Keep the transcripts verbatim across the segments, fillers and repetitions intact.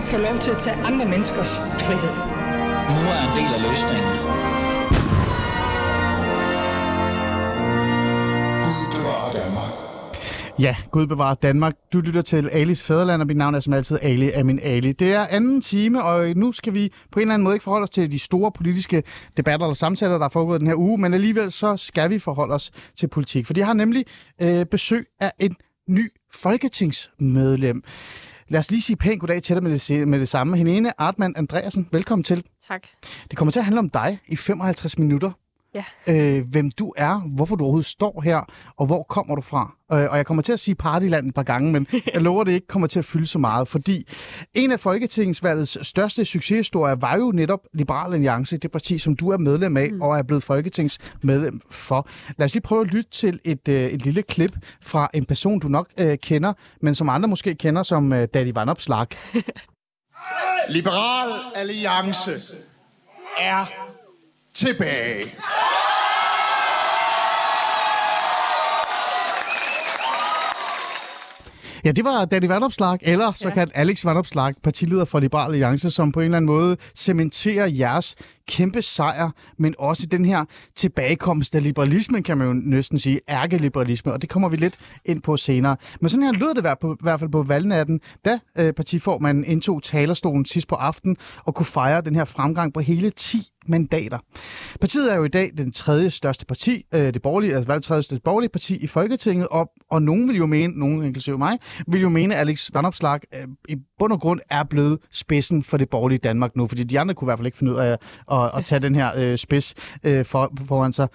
få lov til at tage andre menneskers frihed. Nu er en del af løsningen. Ja, Gud bevarer Danmark. Du lytter til Alis Fædreland, og mit navn er som altid Ali Amin Ali. Det er anden time, og nu skal vi på en eller anden måde ikke forholde os til de store politiske debatter eller samtaler, der er foregået den her uge, men alligevel så skal vi forholde os til politik, for de har nemlig øh, besøg af en ny folketingsmedlem. Lad os lige sige pænt goddag til dig med det, med det samme. Helene Artmann Andreasen, velkommen til. Tak. Det kommer til at handle om dig i femoghalvtreds minutter. Ja. Øh, hvem du er, hvorfor du overhovedet står her, og hvor kommer du fra. Øh, og jeg kommer til at sige Partyland et par gange, men jeg lover, det ikke kommer til at fylde så meget, fordi en af folketingsvalgets største succeshistorier var jo netop Liberal Alliance, det parti, som du er medlem af, mm. og er blevet folketingsmedlem for. Lad os lige prøve at lytte til et, øh, et lille klip fra en person, du nok øh, kender, men som andre måske kender som øh, Daddy Vanopslagh. Liberal Alliance er tilbage. Ja, det var Daddy Vanopslagh, eller såkaldt ja. Alex Vanopslagh, partileder for Liberal Alliance, som på en eller anden måde cementerer jeres kæmpe sejr, men også den her tilbagekomst af liberalismen, kan man jo næsten sige, ærkeliberalisme, og det kommer vi lidt ind på senere. Men sådan her lød det i hvert fald på valgnatten, da øh, partiformanden indtog talerstolen sidst på aften og kunne fejre den her fremgang på hele ti mandater. Partiet er jo i dag den tredje største parti, øh, det borgerlige, altså det tredje største borgerlige parti i Folketinget, og, og nogen vil jo mene, nogen inklusive mig, vil jo mene, at Alex Vanopslagh øh, i bund og grund er blevet spidsen for det borgerlige Danmark nu, fordi de andre kunne i hvert fald ikke finde ud af at, at, at tage den her øh, spids øh, for, foran sig.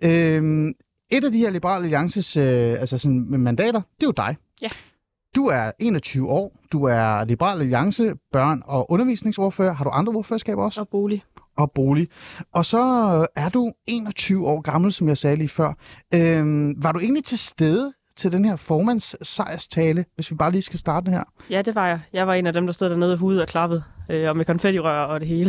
Øh, et af de her Liberale Alliances øh, altså sådan, mandater, det er jo dig. Ja. Du er enogtyve år, du er Liberal Alliance, børn- og undervisningsordfører. Har du andre ordførerskaber også? Og bolig. Og bolig. Og så er du enogtyve år gammel, som jeg sagde lige før. Øhm, var du egentlig til stede til den her formands sejrstale, hvis vi bare lige skal starte her? Ja, det var jeg. Jeg var en af dem, der stod dernede og hudede og klappede, øh, og med konfettirør og det hele.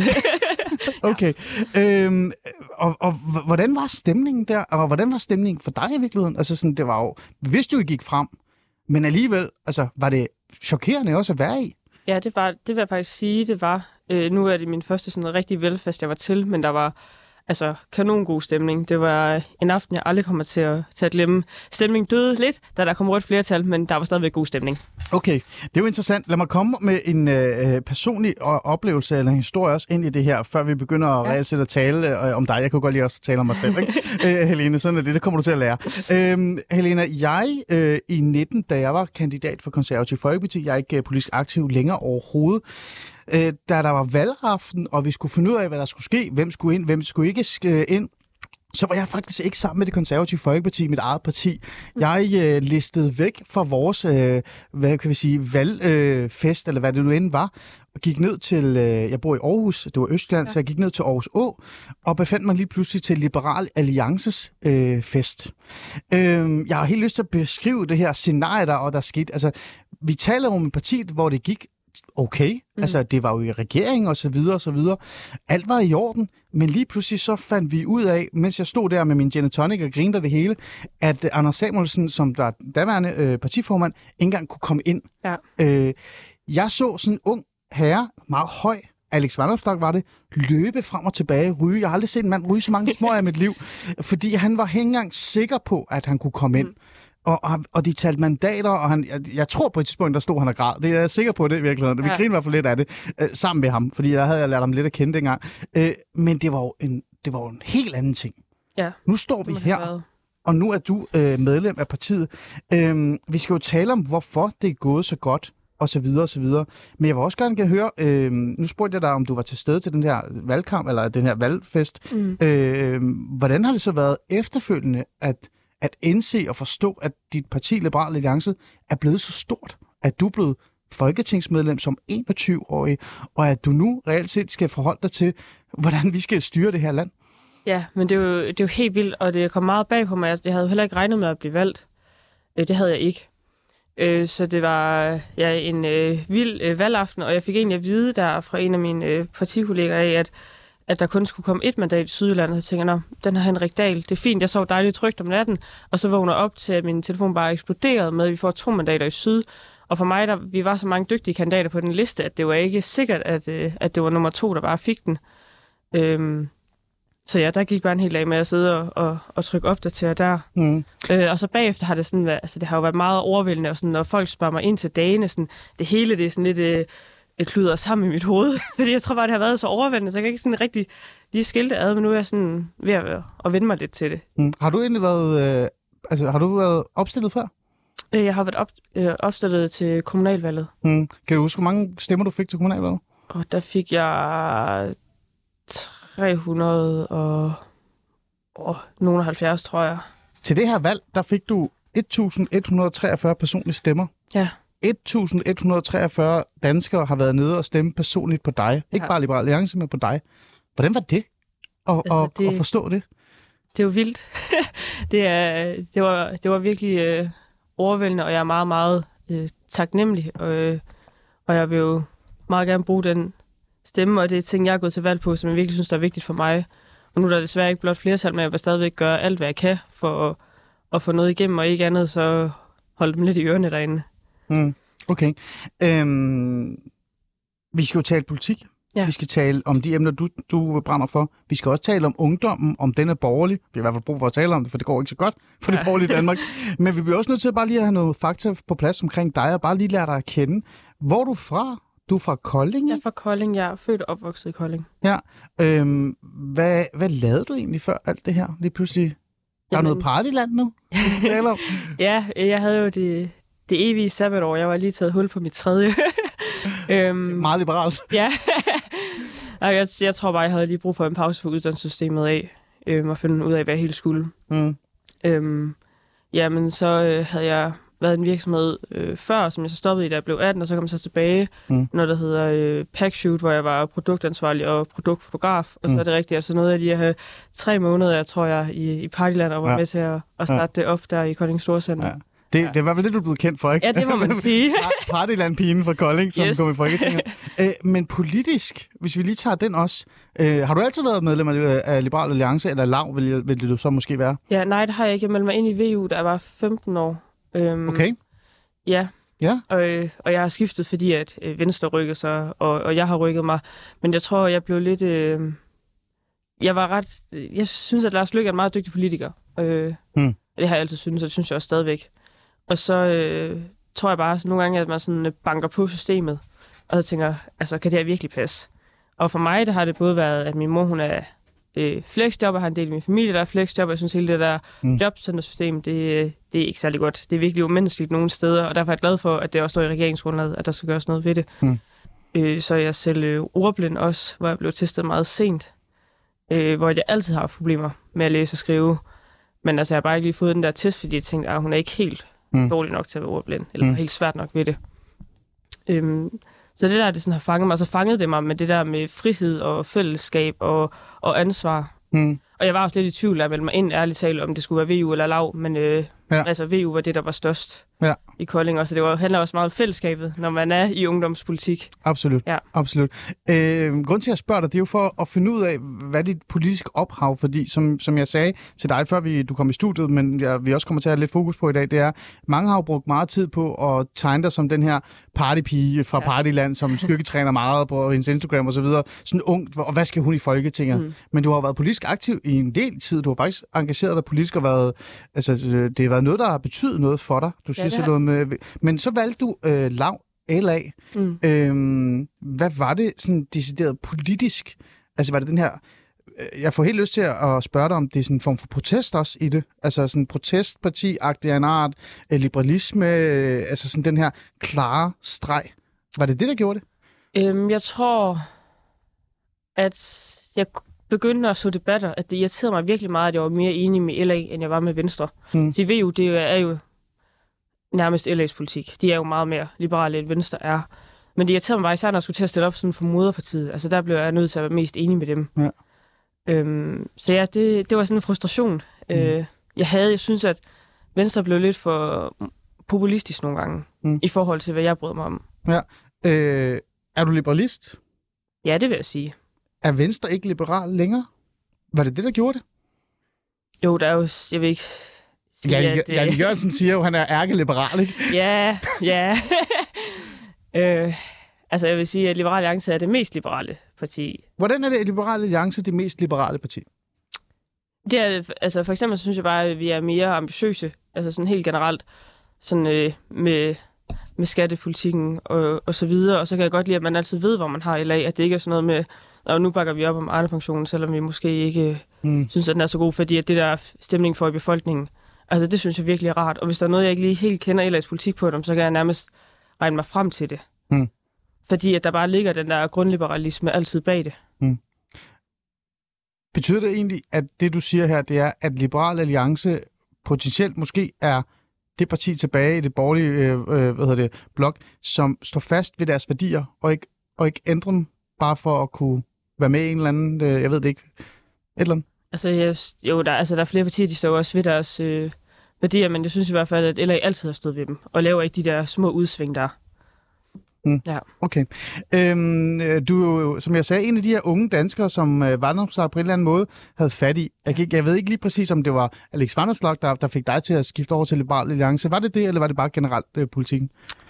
Okay. Øhm, og, og hvordan var stemningen der? Og hvordan var stemningen for dig i virkeligheden? Altså sådan, det var jo, vi vidste jo, I gik frem, men alligevel, altså, var det chokerende også at være i? Ja, det var, det vil jeg faktisk sige, det var. Øh, nu er det min første sådan rigtig velfest, jeg var til, men der var altså kanon god stemning. Det var en aften, jeg aldrig kommer til at, til at glemme. Stemningen døde lidt, da der kom rødt flertal, men der var stadigvæk god stemning. Okay, det er jo interessant. Lad mig komme med en øh, personlig oplevelse eller en historie også ind i det her, før vi begynder at ja. reelt set at tale øh, om dig. Jeg kunne godt lige også tale om mig selv, ikke? øh, Helene, sådan er det. Det kommer du til at lære. Øh, Helena, jeg øh, i nitten, da jeg var kandidat for Konservativ Folkeparti, jeg er ikke øh, politisk aktiv længere overhovedet, Øh, da der var valgaften, og vi skulle finde ud af, hvad der skulle ske, hvem skulle ind, hvem skulle ikke ind, så var jeg faktisk ikke sammen med det Konservative Folkeparti, mit eget parti. Jeg øh, listede væk fra vores, øh, hvad kan vi sige, valgfest, øh, eller hvad det nu end var, og gik ned til, øh, jeg bor i Aarhus, det var Østjylland, ja. så jeg gik ned til Aarhus Å, og befandt mig lige pludselig til Liberal Alliances øh, fest. Øh, jeg har helt lyst til at beskrive det her scenarie, der, og der skete. Altså, vi taler om et parti, hvor det gik okay, mm. altså det var jo i regeringen og så videre og så videre. Alt var i orden, men lige pludselig så fandt vi ud af, mens jeg stod der med min gin and tonic og grinede det hele, at Anders Samuelsen, som var daværende øh, partiformand, ikke engang kunne komme ind. Ja. Øh, jeg så sådan en ung herre, meget høj, Alex Vanopslagh var det, løbe frem og tilbage, ryge. Jeg har aldrig set en mand ryge så mange små af mit liv, fordi han var ikke engang sikker på, at han kunne komme ind. Mm. Og, og, og de talte mandater, og han, jeg, jeg tror på et tidspunkt, der stod han og græd. Det er jeg sikker på det i virkeligheden. Vi ja. griner i hvert fald lidt af det, øh, sammen med ham, fordi jeg havde jeg lært ham lidt at kende dengang. Øh, men det var, jo en, det var jo en helt anden ting. Ja. Nu står vi her, og nu er du øh, medlem af partiet. Øh, vi skal jo tale om, hvorfor det er gået så godt, og så videre, og så videre. Men jeg vil også gerne høre, øh, nu spurgte jeg dig, om du var til stede til den her valgkamp, eller den her valgfest. Mm. Øh, hvordan har det så været efterfølgende, at at indse og forstå, at dit parti, Liberal Alliance, er blevet så stort, at du er blevet folketingsmedlem som enogtyve-årig, og at du nu reelt set skal forholde dig til, hvordan vi skal styre det her land? Ja, men det er jo, det er jo helt vildt, og det kom meget bag på mig. Jeg havde heller ikke regnet med at blive valgt. Det havde jeg ikke. Så det var ja, en vild valgaften, og jeg fik egentlig at vide der fra en af mine partikolleger af, at at der kun skulle komme et mandat i Sydjylland, og så tænker jeg, den har Henrik Dahl, det er fint, jeg sov dejligt trygt om natten, og så vågner op til, at min telefon bare eksploderede med, at vi får to mandater i Syd, Og for mig, der, vi var så mange dygtige kandidater på den liste, at det var ikke sikkert, at, øh, at det var nummer to, der bare fik den. Øhm, så ja, der gik bare en hel dag med at sidde og, og, og trykke opdatere der. Mm. Øh, og så bagefter har det sådan været, altså det har jo været meget overvældende, og sådan, når folk spørger mig ind til dagene, sådan, det hele det er sådan lidt øh, et kluder sammen i mit hoved. Fordi jeg tror bare, det har været så overvældende, så jeg kan ikke sådan rigtig lige skilte ad, men nu er jeg sådan ved at, at vende mig lidt til det. Mm. Har du egentlig været, øh, altså har du været opstillet før? Jeg har været op, øh, opstillet til kommunalvalget. Mm. Kan du huske, hvor mange stemmer du fik til kommunalvalget? Og der fik jeg tre hundrede og, og nogle og halvfjerds, tror jeg. Til det her valg, der fik du et tusind et hundrede og treogfyrre personlige stemmer. Ja. et tusind et hundrede og treogfyrre danskere har været nede og stemme personligt på dig. Ja. Ikke bare Liberal Alliance, men på dig. Hvordan var det at, altså, at, det, at forstå det? Det er jo vildt. det, er, det, var, det var virkelig øh, overvældende, og jeg er meget, meget øh, taknemmelig. Og, øh, og jeg vil jo meget gerne bruge den stemme, og det er ting, jeg er gået til valg på, som jeg virkelig synes, der er vigtigt for mig. Og nu er der desværre ikke blot flertal, men jeg vil stadigvæk gøre alt, hvad jeg kan for at, at få noget igennem, og ikke andet, så holde dem lidt i ørerne derinde. Mm, okay. Øhm, vi skal jo tale politik. Ja. Vi skal tale om de emner, du, du brænder for. Vi skal også tale om ungdommen, om den er borgerlig. Vi har i hvert fald brug for at tale om det, for det går ikke så godt for ja. det borgerlige Danmark. Men vi bliver også nødt til at bare lige have noget fakta på plads omkring dig, og bare lige lære dig at kende. Hvor er du fra? Du er fra Kolding? Jeg er fra Kolding, jeg er født og opvokset i Kolding. Ja. Øhm, hvad, hvad lavede du egentlig før alt det her? Lige pludselig. Der er noget partyland nu, vi skal tale om. Ja, jeg havde jo det, det evige sabbatår. Jeg var lige taget hul på mit tredje. øhm, Meget liberalt. Ja. jeg, jeg tror bare, jeg havde lige brug for en pause for uddannelsessystemet af, øhm, og finde ud af, hvad jeg helt skulle. Mm. Øhm, jamen, så øh, havde jeg været i en virksomhed øh, før, som jeg så stoppede i, da jeg blev atten, og så kom jeg så tilbage, mm. når der hedder øh, Packshoot, hvor jeg var produktansvarlig og produktfotograf. Og mm. så er det rigtigt, altså noget af de her tre måneder, jeg tror jeg, i, i Partyland, og var ja. med til at, at starte ja. det op der i Kolding Storcenter. Ja. Det, ja. det er i hvert fald det, du er blevet kendt for, ikke? Ja, det må man sige. Partyland-pigen fra Kolding, som yes. går i Folketinget. Æ, men politisk, hvis vi lige tager den også, øh, har du altid været medlem af Liberal Alliance, eller Lav, vil, vil du så måske være? Ja, nej, det har jeg ikke. Jeg meldte mig ind i V U, da jeg var femten år. Øhm, okay. Ja, ja. Og, og jeg har skiftet, fordi at øh, Venstre rykkede sig, og, og jeg har rykket mig. Men jeg tror, jeg blev lidt... Øh, jeg var ret... Jeg synes, at Lars Løkke er en meget dygtig politiker. Øh, hmm. Det har jeg altid syntes, og det synes jeg også stadigvæk. Og så øh, tror jeg bare sådan, nogle gange, at man sådan banker på systemet, og så tænker, altså, kan det her virkelig passe? Og for mig, der har det både været, at min mor, hun er øh, flexjobber, har en del af min familie, der er flexjobber. Jeg synes, hele det der mm. jobcentersystem, det, det er ikke særlig godt. Det er virkelig umenneskeligt nogle steder, og derfor er jeg glad for, at det også står i regeringsgrundlaget, at der skal gøres noget ved det. Mm. Øh, så er jeg selv øh, ordblind også, hvor jeg blev testet meget sent, øh, hvor jeg altid har haft problemer med at læse og skrive. Men altså, jeg har bare ikke lige fået den der test, fordi jeg tænkte, at hun er ikke helt mm. dårlig nok til at være ordblind, eller mm. helt svært nok ved det. Øhm, så det der, det sådan har fanget mig, så fangede det mig med det der med frihed og fællesskab og, og ansvar. Mm. Og jeg var også lidt i tvivl, at jeg meldte mig ind, ærligt talt, om det skulle være V U eller Lav, men øh, ja. altså V U var det, der var størst ja. i Kolding, og så det var, handler også meget om fællesskabet, når man er i ungdomspolitik. Absolut, ja. absolut. Øh, grunden til at spørge dig, det er jo for at finde ud af, hvad er dit politiske ophav, fordi som, som jeg sagde til dig, før vi, du kom i studiet, men jeg, vi også kommer til at have lidt fokus på i dag, det er, mange har jo brugt meget tid på at tegne dig som den her partypige fra ja. Partyland, som styrketræner meget på hendes Instagram og så videre, sådan ung, og hvad skal hun i Folketinget? Mm. Men du har været politisk aktiv i en del tid, du har faktisk engageret dig politisk og været, altså det har været noget, der har betydet noget for dig. Du siger ja, sådan noget med, men så valgte du øh, Lav, L A. Mm. Øhm, hvad var det sådan decideret politisk? Altså var det den her, øh, jeg får helt lyst til at spørge dig, om det er sådan en form for protest også i det? Altså sådan en protestparti-agtig en art, øh, liberalisme, øh, altså sådan den her klare streg. Var det det, der gjorde det? Øhm, jeg tror, at jeg begyndte at så debatter, at det irriterede mig virkelig meget, at jeg var mere enig med L A, end jeg var med Venstre. Mm. Så V U, det er jo nærmest L A's politik. De er jo meget mere liberale, end Venstre er. Men det irriterede mig bare især, når jeg skulle til at stille op sådan for moderpartiet. Altså der blev jeg nødt til at være mest enig med dem. Ja. Øhm, så ja, det, det var sådan en frustration. Mm. Øh, jeg havde, jeg synes, at Venstre blev lidt for populistisk nogle gange, mm. i forhold til, hvad jeg brød mig om. Ja. Øh, er du liberalist? Ja, det vil jeg sige. Er Venstre ikke liberal længere? Var det det, der gjorde det? Jo, der er jo, jeg vil ikke sige, ja, at... Jan Jørgensen siger jo, at han er ærkeliberal, ikke? Ja, ja. Øh, altså, jeg vil sige, at Liberal Alliance er det mest liberale parti. Hvordan er det Liberal Alliance det mest liberale parti? Det er, altså, for eksempel så synes jeg bare, at vi er mere ambitiøse, altså sådan helt generelt, sådan øh, med, med skattepolitikken og, og så videre. Og så kan jeg godt lide, at man altid ved, hvor man har i lag, at det ikke er sådan noget med, og nu bakker vi op om Arne-pensionen, selvom vi måske ikke mm. synes, at den er så god, fordi at det der er stemning for i befolkningen, altså det synes jeg virkelig er rart. Og hvis der er noget, jeg ikke lige helt kender L A's politik på dem, så kan jeg nærmest regne mig frem til det. Mm. Fordi at der bare ligger den der grundliberalisme altid bag det. Mm. Betyder det egentlig, at det du siger her, det er, at Liberal Alliance potentielt måske er det parti tilbage i det borgerlige øh, hvad hedder det, blok, som står fast ved deres værdier, og ikke, og ikke ændrer dem, bare for at kunne være med i en eller anden, øh, jeg ved det ikke, et eller andet? Altså, jeg, jo, der, altså, der er flere partier, de står også ved deres øh, værdier, men jeg synes i hvert fald, at L A altid har stået ved dem, og laver ikke de der små udsving der. Mm. Ja. Okay. Øhm, du er jo, som jeg sagde, en af de her unge danskere, som øh, Vanopslagh på en eller anden måde havde fat i. Jeg, jeg ved ikke lige præcis, om det var Alex Vanopslagh, der, der fik dig til at skifte over til Liberal Alliance. Var det det, eller var det bare generelt øh, politikken?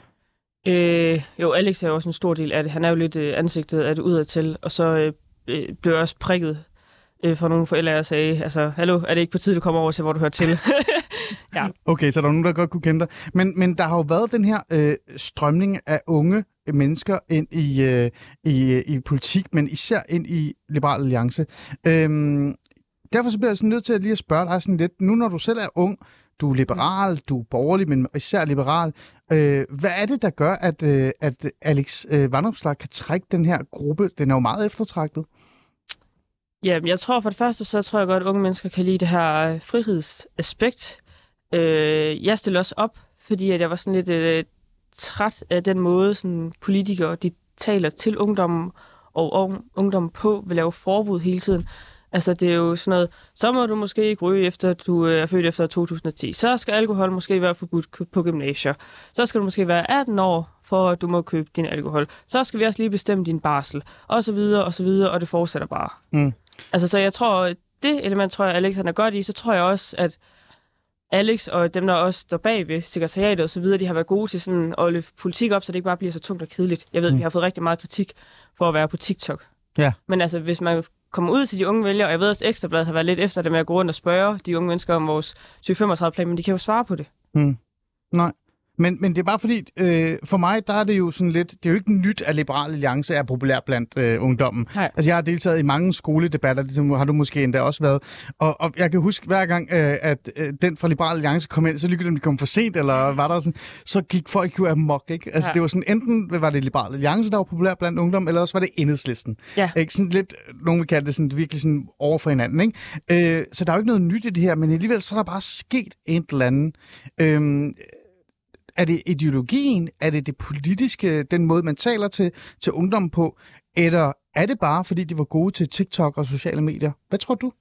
Øh, jo, Alex er jo også en stor del af det. Han er jo lidt øh, ansigtet af det udadtil, og så øh, blev jeg også prikket øh, fra nogle forældre og sagde, altså, hallo, er det ikke på tide, du kommer over til, hvor du hører til? Ja. Okay, så der er nogen, der godt kunne kende dig. Men, men der har jo været den her øh, strømning af unge mennesker ind i, øh, i, i politik, men især ind i Liberal Alliance. Øhm, derfor så bliver jeg sådan nødt til at lige at spørge dig sådan lidt, nu når du selv er ung, du er liberal, du er borgerlig, men især liberal, øh, hvad er det, der gør, at, øh, at Alex øh, Vanopslagh kan trække den her gruppe? Den er jo meget eftertragtet. Ja, jeg tror for det første, så tror jeg godt, at unge mennesker kan lide det her frihedsaspekt. Øh, jeg stiller også op, fordi at jeg var sådan lidt øh, træt af den måde, sådan politikere de taler til ungdommen og ungdommen på, vil lave forbud hele tiden. Altså det er jo sådan noget, så må du måske ikke ryge efter, at du er født efter to tusind og ti. Så skal alkohol måske være forbudt på gymnasier. Så skal du måske være atten år, for at du må købe din alkohol. Så skal vi også lige bestemme din barsel, og så videre, og så videre, og det fortsætter bare. Mm. Altså så jeg tror, det element tror jeg, Alex han er godt i, så tror jeg også, at Alex og dem, der også står bag ved sekretariatet og så videre, de har været gode til sådan at løfte politik op, så det ikke bare bliver så tungt og kedeligt. Jeg ved, mm. vi har fået rigtig meget kritik for at være på TikTok. Ja. Men altså, hvis man kommer ud til de unge vælgere, og jeg ved også, at Ekstrabladet har været lidt efter det med at gå rundt og spørge de unge mennesker om vores tyve femogtredive-plan, men de kan jo svare på det. Mm. Nej. Men, men det er bare fordi, øh, for mig, der er det jo sådan lidt, det er jo ikke nyt, at Liberal Alliance er populær blandt øh, ungdommen. Nej. Altså, jeg har deltaget i mange skoledebatter, det har du måske endda også været, og, og jeg kan huske hver gang, øh, at øh, den fra Liberal Alliance kom ind, så lykkede de kom for sent, eller var der sådan, så gik folk jo amok, ikke? Altså, ja. Det var sådan, enten var det Liberal Alliance, der var populær blandt ungdom, eller også var det Enhedslisten. Ja. Ikke? Sådan lidt, nogen vil kalde det sådan, virkelig sådan over for hinanden, ikke? Øh, så der er jo ikke noget nyt i det her, men alligevel så er der bare sket et eller andet. Øh, Er det ideologien? Er det det politiske, den måde, man taler til, til ungdommen på? Eller er det bare, fordi de var gode til TikTok og sociale medier? Hvad tror du?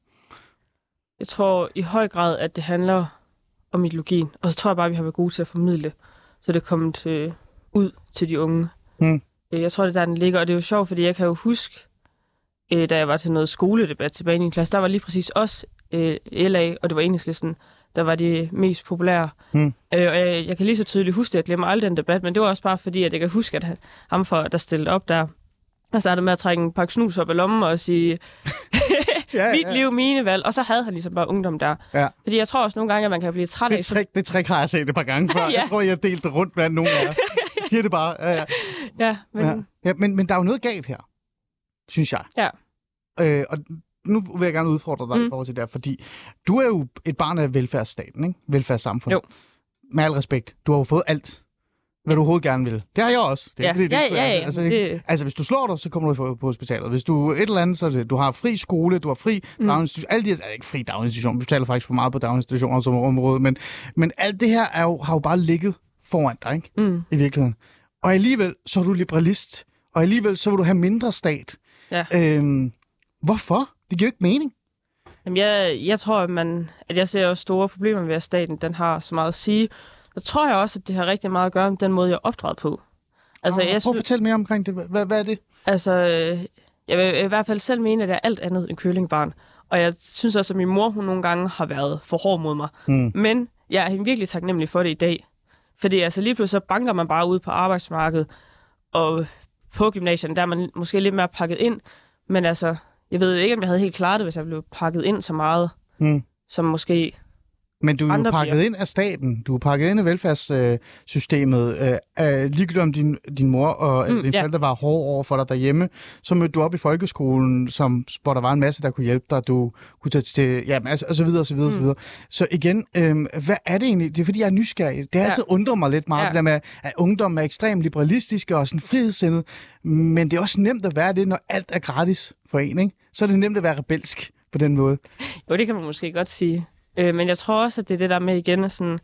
Jeg tror i høj grad, at det handler om ideologien. Og så tror jeg bare, at vi har været gode til at formidle, så det er kommet øh, ud til de unge. Hmm. Jeg tror, det er der, den ligger. Og det er jo sjovt, fordi jeg kan jo huske, øh, da jeg var til noget skoledebat tilbage i min klasse, der var lige præcis også øh, L A, og det var Enhedslisten, der var de mest populære. Mm. Øh, og jeg, jeg kan lige så tydeligt huske det, jeg glemmer aldrig den debat, men det var også bare fordi, at jeg kan huske, at ham, for, der stillede op der, og startede med at trække en pakke snus op af lommen og sige, ja, mit ja. liv, mine valg. Og så havde han ligesom bare ungdom der. Ja. Fordi jeg tror også nogle gange, at man kan blive træt af... Det trick, det trick har jeg set et par gange før. Ja. Jeg tror, jeg har delt det rundt blandt nogle af jer. Jeg siger det bare. Ja, ja. Ja, men... Ja. Ja, men, men der er jo noget galt her, synes jeg. Ja. Øh, og nu vil jeg gerne udfordre dig mm. i forhold til det her, fordi du er jo et barn af velfærdsstaten, ikke? Velfærdssamfundet. Jo. Med al respekt. Du har jo fået alt, hvad du overhovedet gerne vil. Det har jeg også. Det er ja. Ikke, det, ja, ja, ja. Altså, det... altså, hvis du slår dig, så kommer du på hospitalet. Hvis du et eller andet, så det, du har fri skole, du har fri mm. daginstitution. Alle de her, altså, ikke fri daginstitution. Vi betaler faktisk for meget på daginstitutioner som område, men, men alt det her er jo, har jo bare ligget foran dig, ikke? Mm. I virkeligheden. Og alligevel, så er du liberalist. Og alligevel, så vil du have mindre stat. Ja. Øhm, hvorfor? Det giver jo ikke mening. Jamen, jeg, jeg tror, at, man, at jeg ser også store problemer ved, at staten den har så meget at sige. Så tror jeg også, at det har rigtig meget at gøre med den måde, jeg er opdraget på. Altså, oh, jeg prøv at fortælle mere omkring det. Hvad, hvad er det? Altså, jeg vil i hvert fald selv mene, at jeg er alt andet end kølingbarn. Og jeg synes også, at min mor hun nogle gange har været for hård mod mig. Mm. Men jeg er virkelig taknemmelig for det i dag. Fordi altså, lige pludselig så banker man bare ud på arbejdsmarkedet, og på gymnasierne, der er man måske lidt mere pakket ind, men altså, jeg ved ikke, om jeg havde helt klaret det, hvis jeg blev pakket ind så meget, mm. som måske... Men du er jo pakket bliver. ind af staten. Du er pakket ind af velfærdssystemet. Øh, øh, ligegyldigt om din, din mor og mm, din ja. forældre var hårde over for dig derhjemme, så mødte du op i folkeskolen, som, hvor der var en masse, der kunne hjælpe dig. Du kunne tage til... Ja, altså, og så videre, og så videre, mm. og så videre. Så igen, øh, hvad er det egentlig? Det er, fordi jeg er nysgerrig. Det har ja. altid undret mig lidt meget, ja. det der med, at ungdom er ekstremt liberalistisk og sådan frihedssindet. Men det er også nemt at være det, når alt er gratis for en, ikke? Så er det nemt at være rebelsk på den måde. Jo, det kan man måske godt sige. Øh, men jeg tror også, at det er det der med igen, sådan,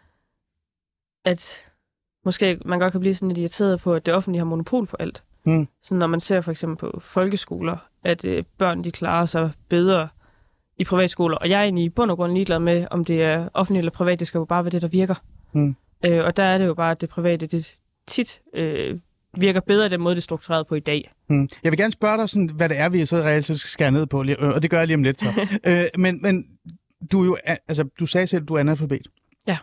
at måske man godt kan blive sådan lidt irriteret på, at det offentlige har monopol på alt. Mm. Så når man ser for eksempel på folkeskoler, at øh, børn de klarer sig bedre i privatskoler, og jeg er egentlig i bund og grund ligeglad med, om det er offentligt eller privat, det skal jo bare være det, der virker. Mm. Øh, og der er det jo bare, at det private det tit øh, virker bedre den måde, det er struktureret på i dag. Hmm. Jeg vil gerne spørge dig, sådan, hvad det er, vi så reelt skal skære ned på, og det gør jeg lige om lidt så. øh, men, men du, er jo, altså, du sagde selv, at du er analfabet. Ja.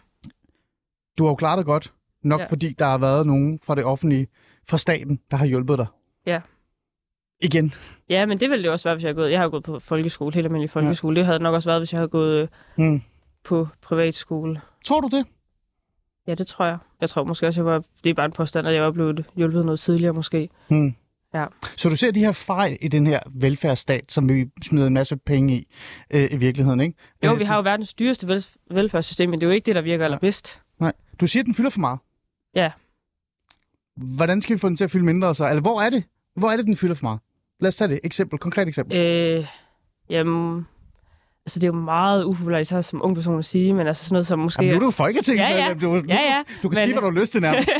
Du har jo klaret dig godt, nok ja. fordi der har været nogen fra det offentlige, fra staten, der har hjulpet dig. Ja. Igen. Ja, men det ville det også være, hvis jeg havde gået. Jeg har gået på folkeskole, helt almindelig folkeskole. Ja. Det havde nok også været, hvis jeg havde gået hmm. på privatskole. Tror du det? Ja, det tror jeg. Jeg tror måske også, jeg var, det er bare en påstand, at jeg var blevet hjulpet noget tidligere måske. Hmm. Ja. Så du ser de her fejl i den her velfærdsstat, som vi smider en masse penge i, øh, i virkeligheden, ikke? Jo, vi har jo verdens dyreste vel- velfærdssystem, men det er jo ikke det, der virker ja. allerbedst. Nej. Du siger, at den fylder for meget. Ja. Hvordan skal vi få den til at fylde mindre så? Eller hvor er det? Hvor er det, den fylder for meget? Lad os tage det. Eksempel. Konkret eksempel. Øh, jamen... Altså, det er jo meget upopulært, især som ung person at sige, men altså sådan noget som måske... Jamen, nu er du folketingsmedlem. Ja, ja. Du, ja, ja. du kan men... sige, hvad du har lyst til nærmest.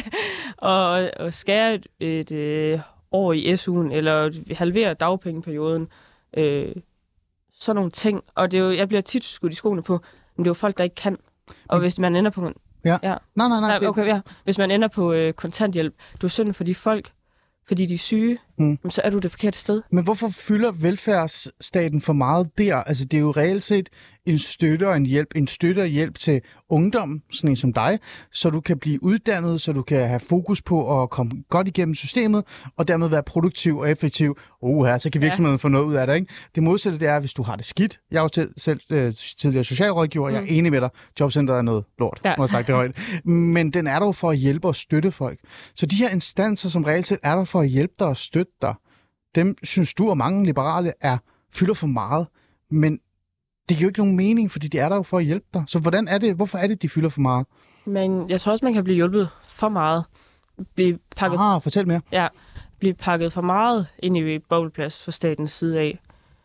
og, og skære et, et øh, år i S U'en, eller halvere dagpengeperioden. Øh, sådan nogle ting. Og det er jo, jeg bliver tit skudt i skoene på, men det er jo folk, der ikke kan. Og hvis man ender på... Ja. ja. Nej, nej, nej. nej okay, ja. Hvis man ender på øh, kontanthjælp, du er synd for de folk, fordi de er syge, mm. så er du det forkerte sted. Men hvorfor fylder velfærdsstaten for meget der? Altså, det er jo reelt set en støtte og en hjælp, en støtte og hjælp til ungdom, sådan en som dig, så du kan blive uddannet, så du kan have fokus på at komme godt igennem systemet, og dermed være produktiv og effektiv. Uh, her, så kan virksomheden ja. få noget ud af det, ikke? Det modsatte, det er, hvis du har det skidt. Jeg er jo til, selv øh, tidligere socialrådgiver, mm. jeg er enig med dig. Jobcenteret er noget lort, ja. må jeg sagt det højt. Men den er der jo for at hjælpe og støtte folk. Så de her instanser, som reelt set er der for at hjælpe dig og støtte dig, dem synes du og mange liberale er fylder for meget, men det giver jo ikke nogen mening, fordi de er der jo for at hjælpe dig. Så hvordan er det, hvorfor er det, de fylder for meget? Men jeg tror også, man kan blive hjulpet for meget. Blive pakket, ah, fortæl mere. Ja, blive pakket for meget ind i bobleplads fra statens side af.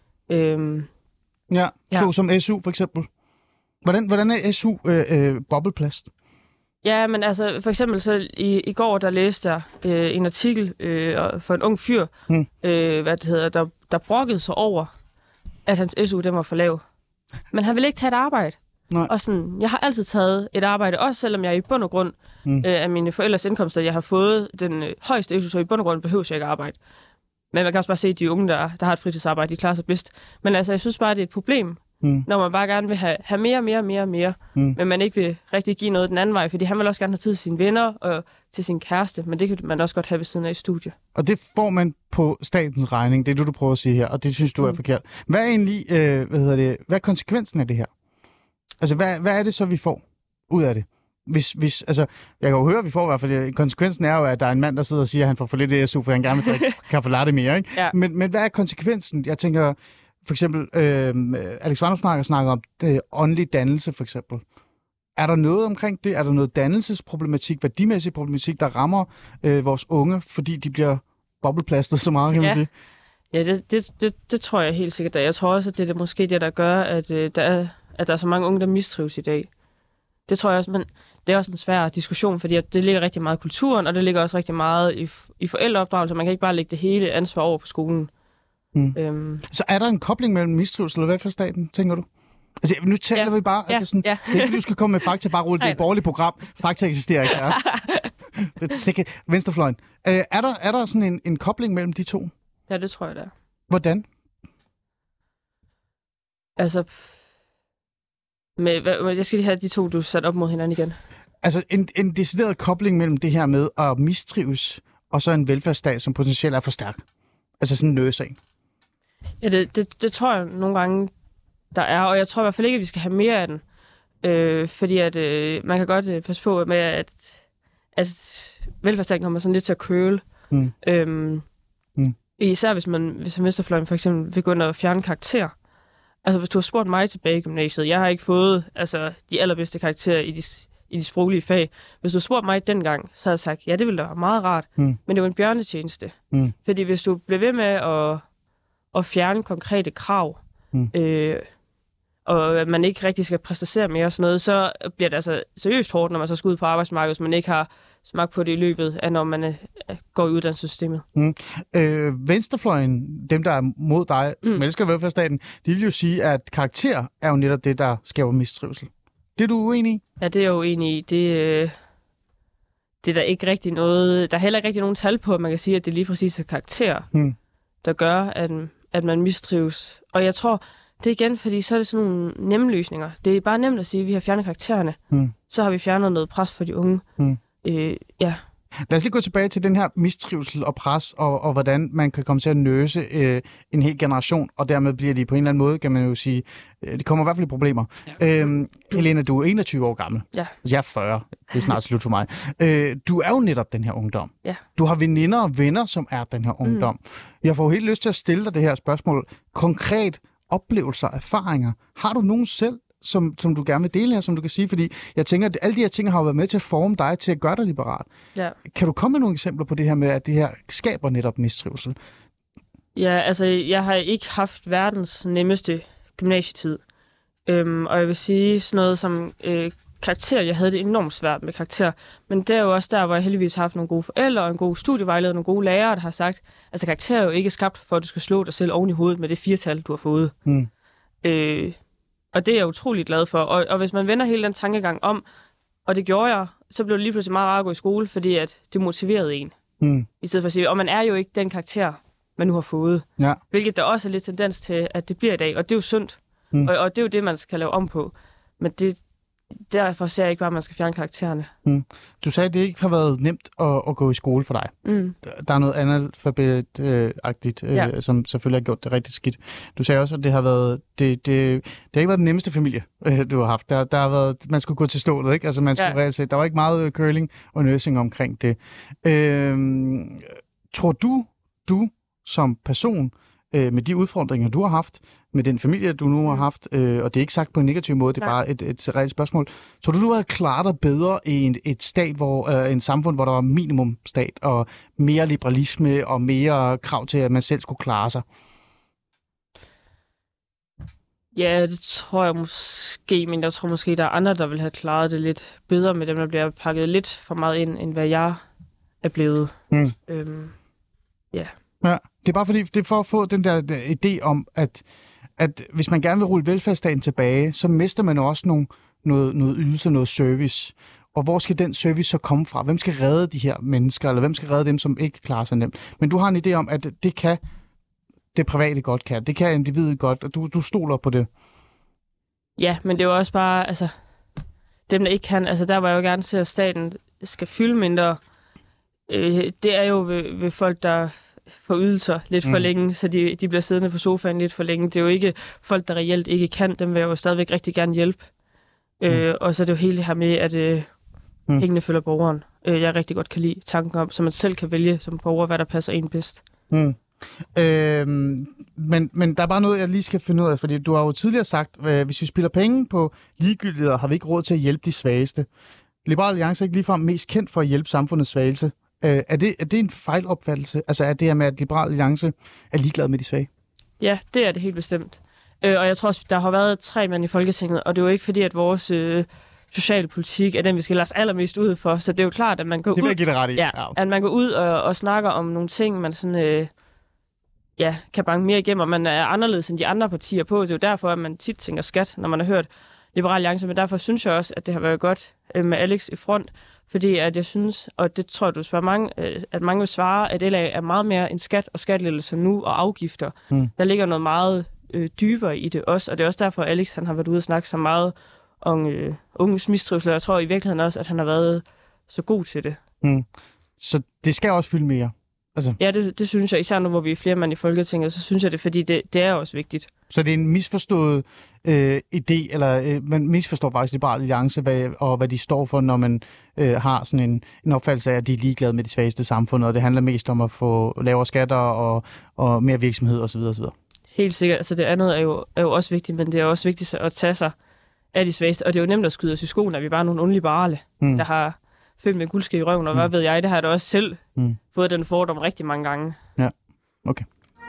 Øhm, ja, ja, så som S U for eksempel. Hvordan, hvordan er S U øh, øh, bobleplast? Ja, men altså, for eksempel så i, i går, der læste jeg øh, en artikel øh, for en ung fyr, hmm. øh, hvad det hedder, der, der brokkede sig over, at hans S U den var for lav. Men han ville ikke tage et arbejde. Nej. Og sådan, jeg har altid taget et arbejde, også selvom jeg i bund og grund hmm. øh, af mine forældres indkomster, jeg har fået den øh, højeste S U, så i bund og grund behøver jeg ikke arbejde. Men man kan også bare se, at de unge, der, der har et fritidsarbejde, de klarer sig bedst. Men altså, jeg synes bare, det er et problem, Mm. når man bare gerne vil have, have mere, mere, mere, mere, mm. men man ikke vil rigtig give noget den anden vej, fordi han vil også gerne have tid til sine venner og til sin kæreste, men det kan man også godt have ved siden af i studiet. Og det får man på statens regning, det er det, du prøver at sige her, og det synes du mm. er forkert. Hvad er egentlig, øh, hvad hedder det, hvad er konsekvensen af det her? Altså, hvad, hvad er det så, vi får ud af det? Hvis, hvis, altså, jeg kan jo høre, at vi får i hvert fald, konsekvensen er jo, at der er en mand, der sidder og siger, at han får for lidt S U, for han gerne vil drikke kaffe latte mere, ikke? Ja. Men, men hvad er konsekvensen? Jeg tænker... For eksempel, øh, Alex Vanopslagh snakker om det, åndelig dannelse, for eksempel. Er der noget omkring det? Er der noget dannelsesproblematik, værdimæssig problematik, der rammer øh, vores unge, fordi de bliver bobleplastet så meget, kan man ja. sige? Ja, det, det, det, det tror jeg helt sikkert. Jeg tror også, at det er måske det, der gør, at, øh, der er, at der er så mange unge, der mistrives i dag. Det tror jeg også, men det er også en svær diskussion, fordi det ligger rigtig meget i kulturen, og det ligger også rigtig meget i, i forældreopdragelse. Man kan ikke bare lægge det hele ansvar over på skolen. Mm. Øhm. Så er der en kobling mellem mistrivsel og velfærdsstaten, tænker du? Altså, nu taler ja. vi bare... Ja. Altså sådan, ja. Det er ikke, du skal komme med fakta, bare rulle det et borgerligt program. Fakta eksisterer ikke, ja. det, det kan, venstrefløjen. Øh, er, der, er der sådan en, en kobling mellem de to? Ja, det tror jeg, der. Hvordan? Altså... Med, jeg skal lige have de to, du sat op mod hinanden igen. Altså, en, en decideret kobling mellem det her med at mistrives og så en velfærdsstat, som potentielt er for stærk? Altså sådan en nødsag. Ja, det, det, det tror jeg nogle gange, der er, og jeg tror i hvert fald ikke, at vi skal have mere af den. Øh, fordi at øh, man kan godt øh, passe på med, at, at velfærdsstaten kommer sådan lidt til at køle. Mm. Øhm, mm. Især hvis man, hvis venstrefløjen for eksempel vil gå ind og fjerne karakterer. Altså hvis du har spurgt mig tilbage i gymnasiet, jeg har ikke fået altså, de allerbedste karakterer i de, i de sproglige fag. Hvis du har spurgt mig dengang, så har jeg sagt, ja, det ville da være meget rart, mm. men det var en bjørnetjeneste. Mm. Fordi hvis du bliver ved med at, at fjerne konkrete krav, mm. øh, og man ikke rigtig skal præstere mere og sådan noget, så bliver det altså seriøst hårdt, når man så skal ud på arbejdsmarkedet, hvis man ikke har smagt på det i løbet af, når man øh, går i uddannelsessystemet. Mm. Øh, venstrefløjen, dem der er mod dig, mm. mennesker i velfærdsstaten, de vil jo sige, at karakter er jo netop det, der skaber mistrivsel. Det er du uenig i? Ja, det er jeg uenig i. Det, øh, det er der ikke rigtig noget... Der er heller ikke rigtig nogen tal på, at man kan sige, at det er lige præcis er karakter, mm. der gør, at, at man mistrives. Og jeg tror... Det er igen, fordi så er det sådan nogle nemme løsninger. Det er bare nemt at sige, at vi har fjernet karaktererne. Mm. Så har vi fjernet noget pres for de unge. Mm. Øh, ja. Lad os lige gå tilbage til den her mistrivsel og pres, og, og hvordan man kan komme til at nøse øh, en hel generation, og dermed bliver de på en eller anden måde, kan man jo sige, øh, det kommer i hvert fald i problemer. Ja. Øhm, Helena, du er enogtyve år gammel. Ja. Altså, jeg er fyrre. Det er snart slut for mig. Øh, du er jo netop den her ungdom. Ja. Du har veninder og venner, som er den her ungdom. Mm. Jeg får helt lyst til at stille dig det her spørgsmål. Konkret, oplevelser, erfaringer. Har du nogen selv, som, som du gerne vil dele her, som du kan sige? Fordi jeg tænker, at alle de her ting har jo været med til at forme dig, til at gøre dig liberal. Ja. Kan du komme med nogle eksempler på det her med, at det her skaber netop mistrivsel? Ja, altså, jeg har ikke haft verdens nemmeste gymnasietid. Øhm, og jeg vil sige sådan noget som øh, karakter. Jeg havde det enormt svært med karakter. Men det er jo også der, hvor jeg heldigvis har haft nogle gode forældre og en god studievejleder, nogle gode lærere, der har sagt, altså karakter er jo ikke skabt for, at du skal slå dig selv oven i hovedet med det firtal, du har fået. Mm. Øh, og det er jeg utrolig glad for. Og, og hvis man vender hele den tankegang om, og det gjorde jeg, så blev det lige pludselig meget rart at gå i skole, fordi at det motiverede en. Mm. I stedet for at sige, og man er jo ikke den karakter, man nu har fået. Ja. Hvilket der også er lidt tendens til, at det bliver i dag. Og det er jo sundt. Mm. Og, og det er jo det, man skal lave om på. Men det, derfor ser jeg ikke bare, at man skal fjerne karaktererne. Mm. Du sagde, at det ikke har været nemt at, at gå i skole for dig. Mm. Der er noget analfabet-agtigt, øh, ja. som selvfølgelig har gjort det rigtig skidt. Du sagde også, at det har været det, det, det har ikke været den nemmeste familie, øh, du har haft. Der, der har været, man skulle gå til stålet, ikke? Altså man skulle ja. reelt set. Der var ikke meget curling og nursing omkring det. Øh, tror du, du som person, med de udfordringer, du har haft, med den familie, du nu har haft, øh, og det er ikke sagt på en negativ måde, det er Nej. bare et, et reelt spørgsmål. Så du, du havde klaret dig bedre i en, et stat, hvor, øh, en samfund, hvor der var minimumstat, og mere liberalisme, og mere krav til, at man selv skulle klare sig? Ja, det tror jeg måske, men jeg tror måske, der er andre, der vil have klaret det lidt bedre med dem, der bliver pakket lidt for meget ind, end hvad jeg er blevet. Mm. Øhm, ja. Ja, det er bare fordi, det er for at få den der, der idé om, at, at hvis man gerne vil rulle velfærdsstaten tilbage, så mister man også nogle, noget, noget ydelse, noget service. Og hvor skal den service så komme fra? Hvem skal redde de her mennesker, eller hvem skal redde dem, som ikke klarer sig nemt? Men du har en idé om, at det kan det private godt kan. Det kan individet godt, og du, du stoler på det. Ja, men det er jo også bare, altså, dem der ikke kan, altså der var jeg jo gerne se, at staten skal fylde mindre. Øh, det er jo ved, ved folk, der for ydelser lidt for mm. længe, så de, de bliver siddende på sofaen lidt for længe. Det er jo ikke folk, der reelt ikke kan, dem vil jeg jo stadigvæk rigtig gerne hjælpe. Mm. Øh, og så er det jo hele det her med, at øh, mm. pengene følger borgeren. Øh, jeg rigtig godt kan lide tanken om, så man selv kan vælge som borger, hvad der passer en bedst. Mm. Øhm, men, men der er bare noget, jeg lige skal finde ud af, fordi du har jo tidligere sagt, at hvis vi spiller penge på ligegyldigheder, har vi ikke råd til at hjælpe de svageste. Liberal Alliance er ikke ligefrem mest kendt for at hjælpe samfundets svageste. Øh, er, det, er det en fejlopfattelse? Altså er det her med, at Liberal Alliance er ligeglad med de svage? Ja, det er det helt bestemt. Øh, og jeg tror også, der har været tre mænd i Folketinget, og det er jo ikke fordi, at vores øh, socialpolitik er den, vi skal lade os allermest ud for. Så det er jo klart, at man går det vil ud, jeg give det ret i. Ja, ja. At man går ud og, og snakker om nogle ting, man sådan, øh, ja, kan banke mere igennem, og man er anderledes end de andre partier på. Det er jo derfor, at man tit tænker skat, når man har hørt Liberal Alliance, men derfor synes jeg også, at det har været godt øh, med Alex i front, fordi at jeg synes, og det tror jeg, du spørger mange, øh, at mange vil svare, at L A er meget mere en skat og skattelettelser nu og afgifter. Mm. Der ligger noget meget øh, dybere i det også, og det er også derfor, at Alex han har været ude og snakke så meget om øh, unges mistrivsel, og jeg tror i virkeligheden også, at han har været så god til det. Mm. så det skal også fylde mere. Altså. Ja, det, det synes jeg, især nu, hvor vi er flere mand i Folketinget, så synes jeg det, fordi det, det er også vigtigt. Så det er en misforstået øh, idé, eller øh, man misforstår faktisk Liberal Alliance, hvad, og hvad de står for, når man øh, har sådan en, en opfattelse af, at de er ligeglade med de svageste samfund, og det handler mest om at få lavere skatter og, og mere virksomhed osv. osv. Helt sikkert. Altså det andet er jo, er jo også vigtigt, men det er også vigtigt at tage sig af de svageste. Og det er jo nemt at skyde os i skoen, at vi bare er nogle onde-liberale, mm. der har følt med guldske i røven, og mm. hvad ved jeg, det har jeg da også selv mm. fået den fordom rigtig mange gange. Ja, okay.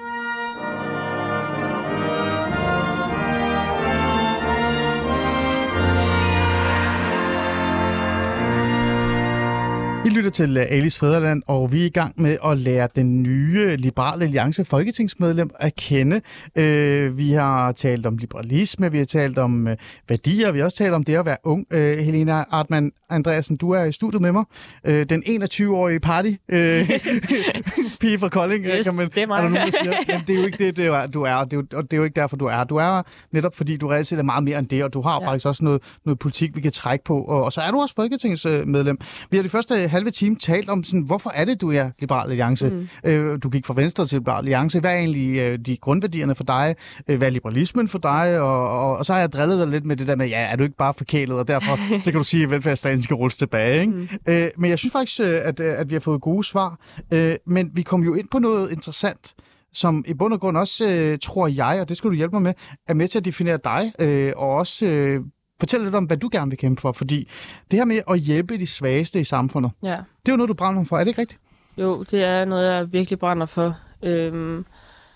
I lytter til Alice Fædreland, og vi er i gang med at lære den nye Liberale Alliance folketingsmedlem at kende. Øh, vi har talt om liberalisme, vi har talt om øh, værdier, vi har også talt om det at være ung. Øh, Helena Artmann Andreasen, du er i studiet med mig. Øh, den enogtyve-årige party øh, pige fra Kolding. Yes, kan man, det er mig. Er nogen, siger, men det er jo ikke det, det er, du er, og det er, jo, og det er jo ikke derfor, du er. Du er netop, fordi du reelt set er meget mere end det, og du har ja. faktisk også noget, noget politik, vi kan trække på. Og, og så er du også folketingsmedlem. Vi har de første halve time talt om, sådan, hvorfor er det, du er Liberal Alliance? Mm. Øh, du gik fra Venstre til Liberal Alliance. Hvad er egentlig øh, de grundværdierne for dig? Øh, hvad er liberalismen for dig? Og, og, og så har jeg drillet dig lidt med det der med, ja, er du ikke bare forkælet? Og derfor så kan du sige, at velfærdsstaten skal rulles tilbage. Ikke? Mm. Øh, men jeg synes faktisk, at, at vi har fået gode svar. Øh, men vi kom jo ind på noget interessant, som i bund og grund også, øh, tror jeg, og det skal du hjælpe mig med, er med til at definere dig, øh, og også øh, fortælle lidt om, hvad du gerne vil kæmpe for. Fordi det her med at hjælpe de svageste i samfundet, ja. det er jo noget, du brænder for. Er det ikke rigtigt? Jo, det er noget, jeg virkelig brænder for. Øhm,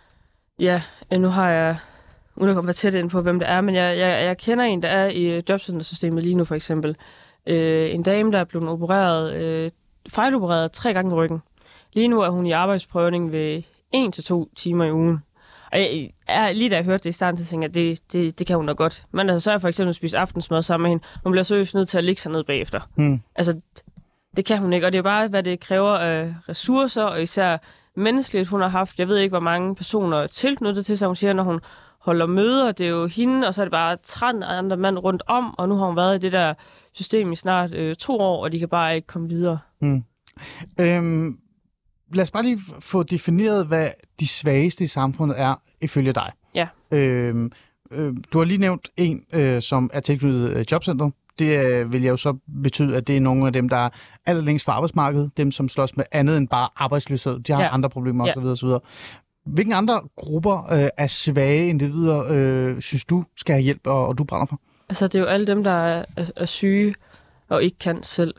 ja, nu har jeg, uden at komme tæt ind på, hvem det er, men jeg, jeg, jeg kender en, der er i jobcentersystemet lige nu, for eksempel. Øh, en dame, der er blevet opereret, øh, fejlopereret tre gange i ryggen. Lige nu er hun i arbejdsprøvning ved en til to timer i ugen. Og jeg, jeg, lige da jeg hørte det i starten, så tænkte jeg, at det, det, det kan hun da godt. Men altså, så er jeg for eksempel spise aftensmad sammen med hende. Hun bliver seriøst nødt til at ligge sig ned bagefter. Mm. Altså, det kan hun ikke. Og det er bare, hvad det kræver af ressourcer, og især menneskeligt, hun har haft. Jeg ved ikke, hvor mange personer tilknyttet til sig. Hun siger, når hun holder møder, det er jo hende, og så er det bare tretten andre mand rundt om, og nu har hun været i det der system i snart øh, to år, og de kan bare ikke komme videre. Mm. Øhm, lad os bare lige få defineret, hvad de svageste i samfundet er, ifølge dig. Ja. Øhm, øh, du har lige nævnt en, øh, som er tilknyttet øh, jobcenter. Det øh, vil jo så betyde, at det er nogle af dem, der er allerlængst fra arbejdsmarkedet, dem, som slås med andet end bare arbejdsløshed. De har ja. andre problemer ja. osv. osv. Hvilke andre grupper øh, af svage individer, øh, synes du, skal have hjælp, og, og du brænder for? Altså, det er jo alle dem, der er, er, er syge og ikke kan selv.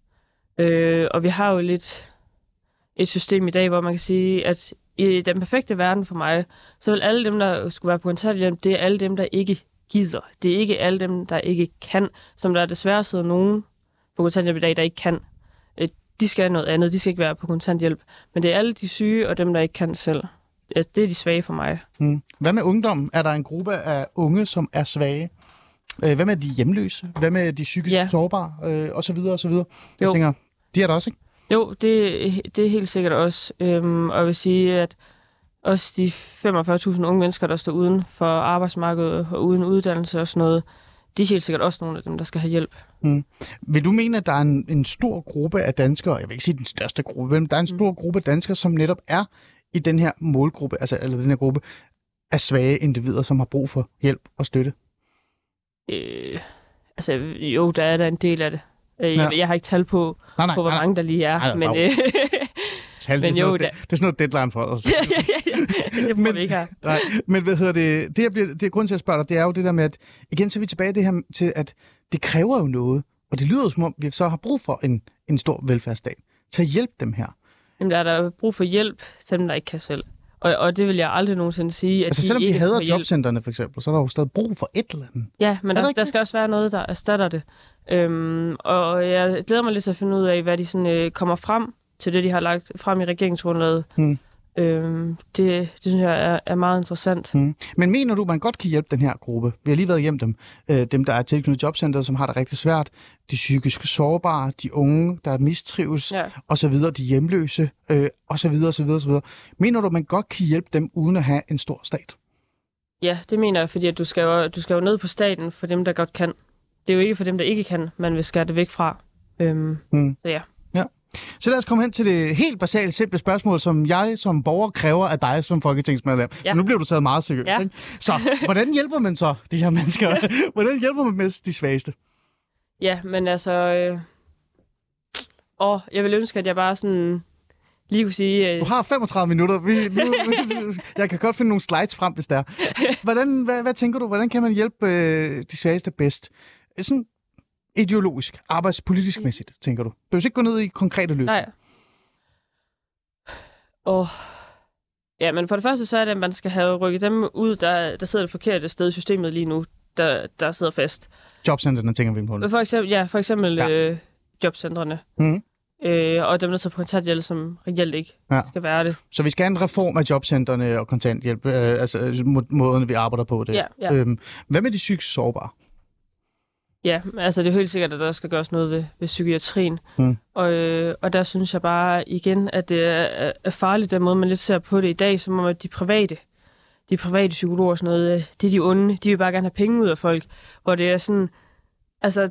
Øh, og vi har jo lidt et system i dag, hvor man kan sige, at i den perfekte verden for mig, så vil alle dem, der skulle være på kontanthjælp, det er alle dem, der ikke gider. Det er ikke alle dem, der ikke kan, som der desværre sidder nogen på kontanthjælp i dag, der ikke kan. De skal have noget andet, de skal ikke være på kontanthjælp. Men det er alle de syge og dem, der ikke kan selv. Det er de svage for mig. Hmm. Hvad med ungdom? Er der en gruppe af unge, som er svage? Hvad med de hjemløse? Hvad med de psykisk ja. sårbare? Øh, og så videre, og så videre. Jeg jo. tænker, de er der også, ikke? Jo, det, det er helt sikkert også. Øhm, og jeg vil sige, at også de femogfyrre tusind unge mennesker, der står uden for arbejdsmarkedet og uden uddannelse og sådan noget, de er helt sikkert også nogle af dem, der skal have hjælp. Mm. Vil du mene, at der er en, en stor gruppe af danskere, jeg vil ikke sige den største gruppe, men der er en stor mm. gruppe af danskere, som netop er i den her målgruppe, altså eller den her gruppe af svage individer, som har brug for hjælp og støtte? Øh, altså jo, der er der en del af det. Jeg, ja. jeg har ikke tal på, nej, nej, på hvor nej, mange der lige er, nej, nej, men... Øh, Tal, men det, er jo, det, det er sådan noget deadline for os. ja, ja, ja. Det må vi ikke have. Nej, men hvad hedder det? Det, jeg bliver, det er grund til at spørge dig, det er jo det der med, at igen så er vi tilbage det her til, at det kræver jo noget, og det lyder som om, vi så har brug for en, en stor velfærdsstat til at hjælpe dem her. Jamen, der er der brug for hjælp til dem, der ikke kan selv. Og, og det vil jeg aldrig nogensinde sige, at altså, de selvom ikke vi hader jobcentrene for eksempel, så er der jo stadig brug for et eller andet. Ja, men der, der skal også være noget, der erstatter det. Øhm, og jeg glæder mig lidt til at finde ud af, hvad de sådan, øh, kommer frem til det, de har lagt frem i regeringsgrundlaget. Hmm. Øhm, det, det synes jeg er, er meget interessant. Hmm. Men mener du, man godt kan hjælpe den her gruppe? Vi har lige været hjem dem. Øh, dem, der er tilknyttet jobcentret, som har det rigtig svært. De psykisk sårbare, de unge, der mistrives, ja. og så videre, de hjemløse, øh, og så videre, og så videre, og så videre. Mener du, man godt kan hjælpe dem, uden at have en stor stat? Ja, det mener jeg, fordi at du, skal jo, du skal jo ned på staten for dem, der godt kan. Det er jo ikke for dem, der ikke kan, man vil skære det væk fra. Øhm, hmm. Ja. Ja. Så lad os komme hen til det helt basale, simple spørgsmål, som jeg som borger kræver af dig som folketingsmedlem. Ja. Så nu bliver du taget meget seriøst. Ja. Ikke? Så hvordan hjælper man så de her mennesker? Hvordan hjælper man mest de svageste? Ja, men altså... Øh... Åh, jeg vil ønske, at jeg bare sådan... Lige kunne sige... Øh... Du har femogtredive minutter. Vi, nu, jeg kan godt finde nogle slides frem, hvis der er. Hvordan, hvad, hvad tænker du? Hvordan kan man hjælpe øh, de svageste bedst? Sådan ideologisk, arbejdspolitisk mæssigt, tænker du? Du vil ikke gå ned i konkrete løsninger. Nej. Åh... Ja, men for det første så er det, at man skal have rykket dem ud, der, der sidder det forkerte sted i systemet lige nu, der, der sidder fast. Jobcentrene tænker vi på. For eksempel, ja, for eksempel ja. øh, jobcentrene. Mm. Øh, og dem, der sidder på kontanthjælp, som reelt ikke ja. skal være det. Så vi skal have en reform af jobcentrene og kontanthjælp, øh, altså må, måden, vi arbejder på det. Ja, ja. Øhm, hvad med de psykisk sårbare? Ja, altså det er helt sikkert, at der skal gøres noget ved, ved psykiatrien. Mm. Og, øh, og der synes jeg bare igen, at det er, er farligt, den måde, man lidt ser på det i dag, som om at de private, de private psykologer og sådan noget, det er de onde, de vil bare gerne have penge ud af folk. Hvor det er sådan, altså,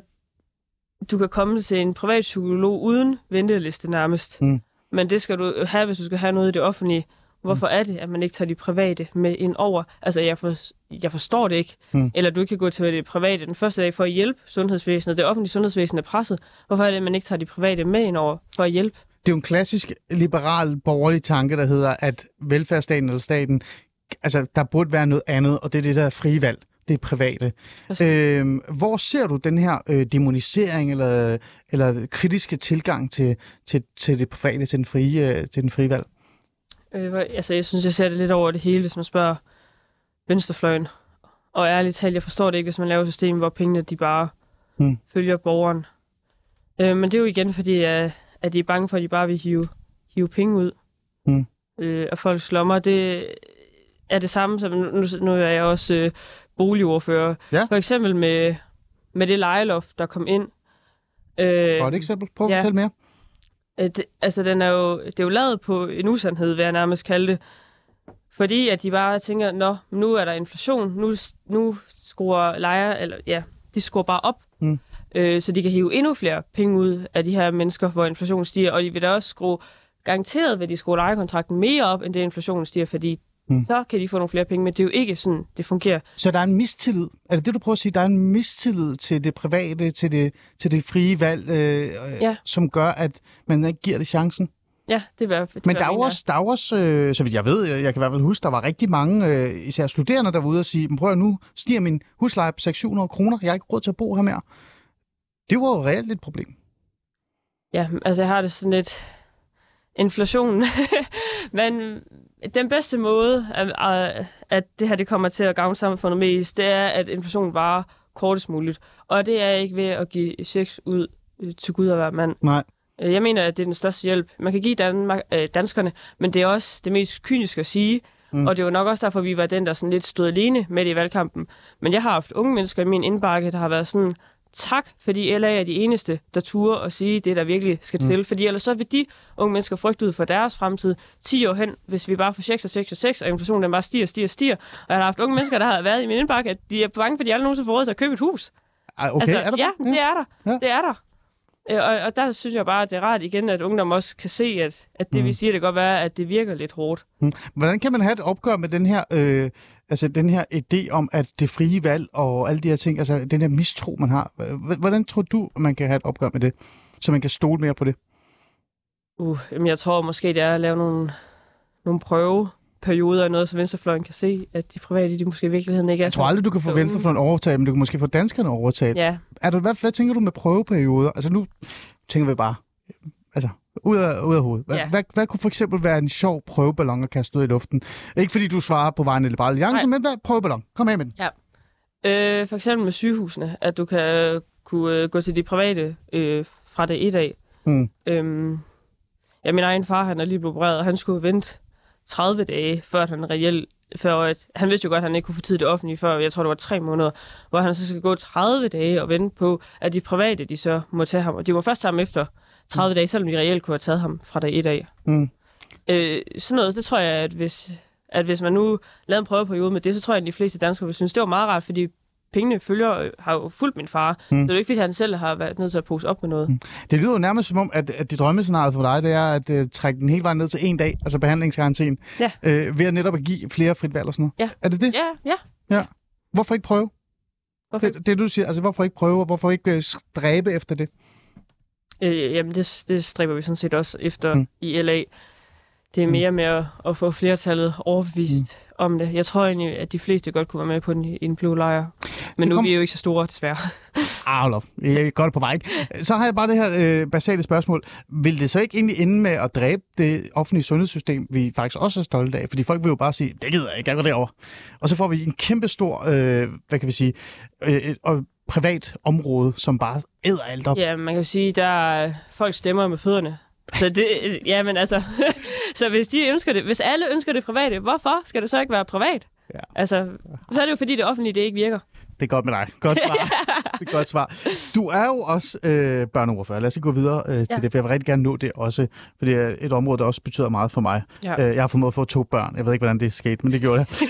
du kan komme til en privat psykolog uden venteliste nærmest. Mm. Men det skal du have, hvis du skal have noget i det offentlige. Hvorfor er det, at man ikke tager de private med ind over? Altså, jeg, for, jeg forstår det ikke. Mm. Eller du ikke kan gå til det private den første dag for at hjælpe sundhedsvæsenet. Det offentlige sundhedsvæsen er presset. Hvorfor er det, at man ikke tager de private med ind over for at hjælpe? Det er jo en klassisk liberal borgerlig tanke, der hedder, at velfærdsstaten eller staten, altså, der burde være noget andet, og det er det der frie valg. Det er private. Øhm, hvor ser du den her øh, demonisering eller, eller kritiske tilgang til, til, til det private, til den frie, øh, til den frie valg? Øh, altså, jeg synes, jeg ser det lidt over det hele, hvis man spørger venstrefløjen. Og ærligt talt, jeg forstår det ikke, hvis man laver et system, hvor pengene de bare hmm. følger borgeren. Øh, men det er jo igen, fordi at, at de er bange for, at de bare vil hive, hive penge ud hmm. øh, af folks lommer. Det er det samme, som nu, nu er jeg også øh, boligordfører. Ja. For eksempel med, med det lejeloft, der kom ind. Øh, og et eksempel? Prøv at ja. fortælle mere. Det, altså, den er jo, det er jo lavet på en usandhed, vil jeg nærmest kalde det. Fordi at de bare tænker, nå, nu er der inflation, nu, nu skruer lejer, eller ja, de skruer bare op, mm. øh, så de kan hive endnu flere penge ud af de her mennesker, hvor inflationen stiger. Og de vil da også skrue, garanteret vil de skrue lejekontrakten mere op, end det inflationen stiger, fordi mm. så kan de få nogle flere penge, men det er jo ikke sådan, det fungerer. Så der er en mistillid? Er det det, du prøver at sige? Der er en mistillid til det private, til det, til det frie valg, øh, ja. som gør, at man ikke giver det chancen? Ja, det var det. Men der er jo også, der er også øh, så vidt jeg ved, jeg kan i hvert fald huske, der var rigtig mange, øh, især studerende, der var ude og sige, prøv at nu stiger min husleje på seks til syv hundrede kroner, jeg har ikke råd til at bo her mere. Det var jo reelt et problem. Ja, altså jeg har det sådan lidt inflationen. Men den bedste måde, at, at det her det kommer til at gavne samfundet mest, det er, at inflationen varer kortest muligt. Og det er ikke ved at give checks ud til Gud og hver mand. Nej. Jeg mener, at det er den største hjælp, man kan give Danmark, øh, danskerne, men det er også det mest kyniske at sige. Mm. Og det var nok også derfor, vi var den, der sådan lidt stod alene med det i valgkampen. Men jeg har haft unge mennesker i min indbakke, der har været sådan, tak, fordi L A er de eneste, der turer og sige det, der virkelig skal til. Mm. Fordi ellers så vil de unge mennesker frygte ud for deres fremtid ti år hen, hvis vi bare får checks og checks og checks, og inflationen den bare stiger, stiger, stiger. Og jeg har haft unge mennesker, der har været i min indbakke, at de er bange, fordi de aldrig nogensinde får råd til at købe et hus. Okay, altså, er der ja, det? det er der. Ja. Det er der. Og, og der synes jeg bare, at det er rart igen, at ungdom også kan se, at, at det mm. vi siger, det kan godt være, at det virker lidt hårdt. Mm. Hvordan kan man have et opgør med den her, øh, altså den her idé om, at det frie valg og alle de her ting, altså den her mistro, man har. Hvordan tror du, man kan have et opgør med det, så man kan stole mere på det? Uh, jamen jeg tror måske, det er at lave nogle, nogle prøveperioder af noget, så venstrefløjen kan se, at de private, de måske i virkeligheden ikke er... Jeg tror aldrig, du kan få venstrefløjen overtaget, men du kan måske få danskerne overtaget. Ja. Er du, hvad, hvad tænker du med prøveperioder? Altså nu tænker vi bare, altså ud af, ud af hovedet. Hvad, ja. hvad, hvad kunne for eksempel være en sjov prøveballon at kaste ud i luften? Ikke fordi du svarer på vejen af Liberale Alliance, men hvad prøveballon? Kom med med den. Ja. Øh, for eksempel med sygehusene, at du kan kunne øh, gå til de private øh, fra det et af. Mm. Øhm, ja, min egen far, han er lige blevet opereret, og han skulle vente tredive dage, før han reelt, før at, han vidste jo godt, at han ikke kunne få tid i det offentlige, før jeg tror, det var tre måneder, hvor han så skal gå tredive dage og vente på, at de private, de så må tage ham. Og de må først tage ham efter tredive mm. dage, selvom de reelt kunne have taget ham fra dag et af. Mm. Øh, sådan noget, det tror jeg, at hvis, at hvis man nu lavede en prøveperiode med det, så tror jeg, at de fleste danskere vil synes, det var meget rart, fordi pengene følger, har jo fulgt min far. Mm. Så det er jo ikke, fordi han selv har været nødt til at pose op med noget. Mm. Det lyder jo nærmest som om, at, at det drømmescenariet for dig, det er at uh, trække den hele vejen ned til en dag, altså behandlingsgarantien, ja. øh, ved at netop at give flere frit valg og sådan noget. Ja. Er det det? Ja, ja. ja. Hvorfor ikke prøve? Hvorfor? Det, det du siger, altså hvorfor ikke prøve, og hvorfor ikke uh, stræbe efter det? Øh, jamen, det, det stræber vi sådan set også efter mm. i L A. Det er Mm. mere med at, at få flertallet overbevist mm. om det. Jeg tror egentlig, at de fleste godt kunne være med på en, en blå lejr. Men nu kom... er vi jo ikke så store, desværre. Ah, hold op. Jeg er godt på vej. Så har jeg bare det her øh, basale spørgsmål. Vil det så ikke egentlig ende med at dræbe det offentlige sundhedssystem, vi faktisk også er stolte af? Fordi folk vil jo bare sige, det gider jeg ikke, jeg går derover. Og så får vi en kæmpe stor, øh, hvad kan vi sige, øh, og privat område, som bare æder alt op. Ja, man kan jo sige, der er folk stemmer med fødderne. Så det, ja, men altså, så hvis de ønsker det, hvis alle ønsker det private, hvorfor skal det så ikke være privat? Ja. Altså, så er det jo fordi det offentlige det ikke virker. Det er godt med dig. Godt svar. Det er godt svar. Du er jo også øh, børneordfører. Lad os gå videre øh, til ja. det, for jeg vil rigtig gerne nå det også, for det er et område, der også betyder meget for mig. Ja. Øh, jeg har formået at få to børn. Jeg ved ikke, hvordan det skete, men det gjorde det.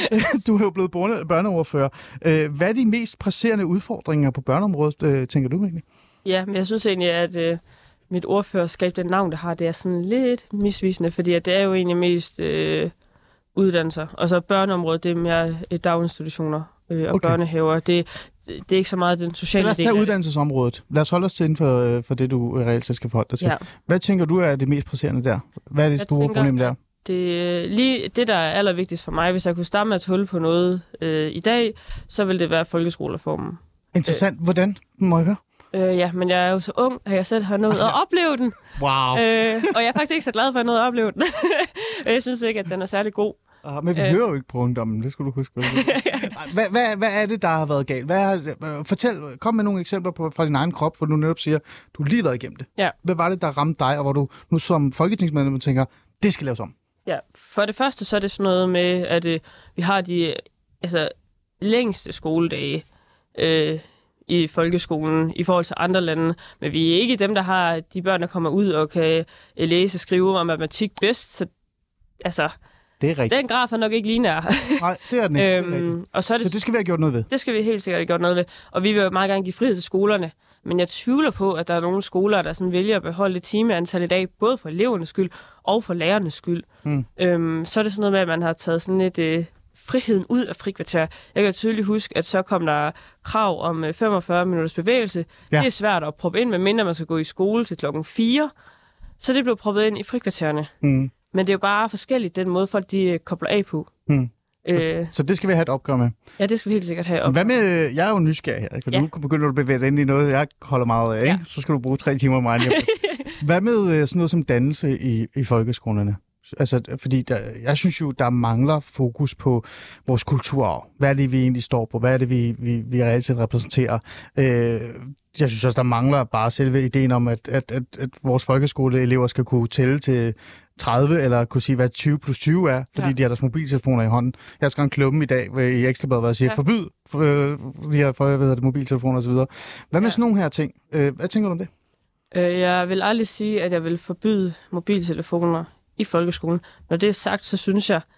Du er jo blevet børneordfører. Øh, hvad er de mest presserende udfordringer på børneområdet, øh, tænker du egentlig? Ja, men jeg synes egentlig, at øh, mit ordførerskab, den navn, det har, det er sådan lidt misvisende, fordi at det er jo egentlig mest øh, uddannelser. Og så børneområdet, det er mere øh, daginstitutioner øh, og okay. børnehaver. Det, det, det er ikke så meget den sociale del. Lad os tage uddannelsesområdet. Lad os holde os til inden for, for det, du reelt set skal forholde dig til. Ja. Hvad tænker du er det mest presserende der? Hvad er det store tænker, problem der? Det, lige det, der er allervigtigst for mig, hvis jeg kunne starte med at hul på noget øh, i dag, så vil det være folkeskolereformen. Interessant. Hvordan? Må jeg høre? Øh, ja, men jeg er jo så ung, at jeg selv har nået at opleve den. Wow. Øh, og jeg er faktisk ikke så glad for, at jeg nåede at opleve den. Jeg synes ikke, at den er særlig god. Ah, men vi øh. hører jo ikke på ungdommen, det skal du huske. hvad, hvad, hvad er det, der har været galt? Hvad er, fortæl, kom med nogle eksempler på, fra din egen krop, hvor du netop siger, du har lige været igennem det. Ja. Hvad var det, der ramte dig, og hvor du nu som folketingsmedlem tænker, det skal laves om? Ja, for det første så er det sådan noget med, at øh, vi har de altså, længste skoledage øh, i folkeskolen i forhold til andre lande, men vi er ikke dem, der har de børn, der kommer ud og kan læse og skrive om matematik bedst, så altså, det er rigtigt. Den graf er nok ikke lige nær. Nej, det er den ikke. øhm, det er og så, er det, så det skal vi have gjort noget ved? Det skal vi helt sikkert have gjort noget ved, og vi vil jo meget gerne give frihed til skolerne, men jeg tvivler på, at der er nogle skoler, der sådan vælger at beholde et timeantal i dag, både for elevernes skyld og for lærernes skyld. Mm. Øhm, så er det sådan noget med, at man har taget sådan et øh, friheden ud af frikvarter. Jeg kan tydeligt huske, at så kom der krav om øh, femogfyrre minutters bevægelse. Ja. Det er svært at proppe ind, medmindre man skal gå i skole til klokken fire. Så det blev proppet ind i frikvartererne. Mm. Men det er jo bare forskelligt, den måde folk de øh, kobler af på. Mm. Øh, så det skal vi have et opgør med? Ja, det skal vi helt sikkert have opgør med. Hvad med, jeg er jo nysgerrig her, for ja. Nu begynder du at bevæge dig ind i noget, jeg holder meget af, ja. Så skal du bruge tre timer meget. Hvad med sådan noget som dannelse i, i folkeskolerne? Altså, fordi der, jeg synes jo, der mangler fokus på vores kulturarv. Hvad er det, vi egentlig står på? Hvad er det, vi, vi, vi reelt set repræsenterer? Øh, jeg synes også, der mangler bare selve ideen om, at, at, at, at vores folkeskoleelever skal kunne tælle til tredive, eller kunne sige, hvad tyve plus tyve er, fordi ja. De har deres mobiltelefoner i hånden. Jeg har skrevet en klumme i dag i Ekstrabladet, hvor jeg siger, ja. Forbyd øh, de her for, jeg ved, mobiltelefoner osv. Hvad med ja. Sådan nogle her ting? Øh, hvad tænker du om det? Øh, jeg vil aldrig sige, at jeg vil forbyde mobiltelefoner i folkeskolen. Når det er sagt, så synes jeg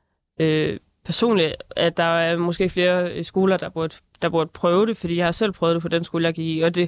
øh, personligt, at der er måske flere skoler, der burde, der burde prøve det, fordi jeg har selv prøvet det på den skole, jeg gik i, og det,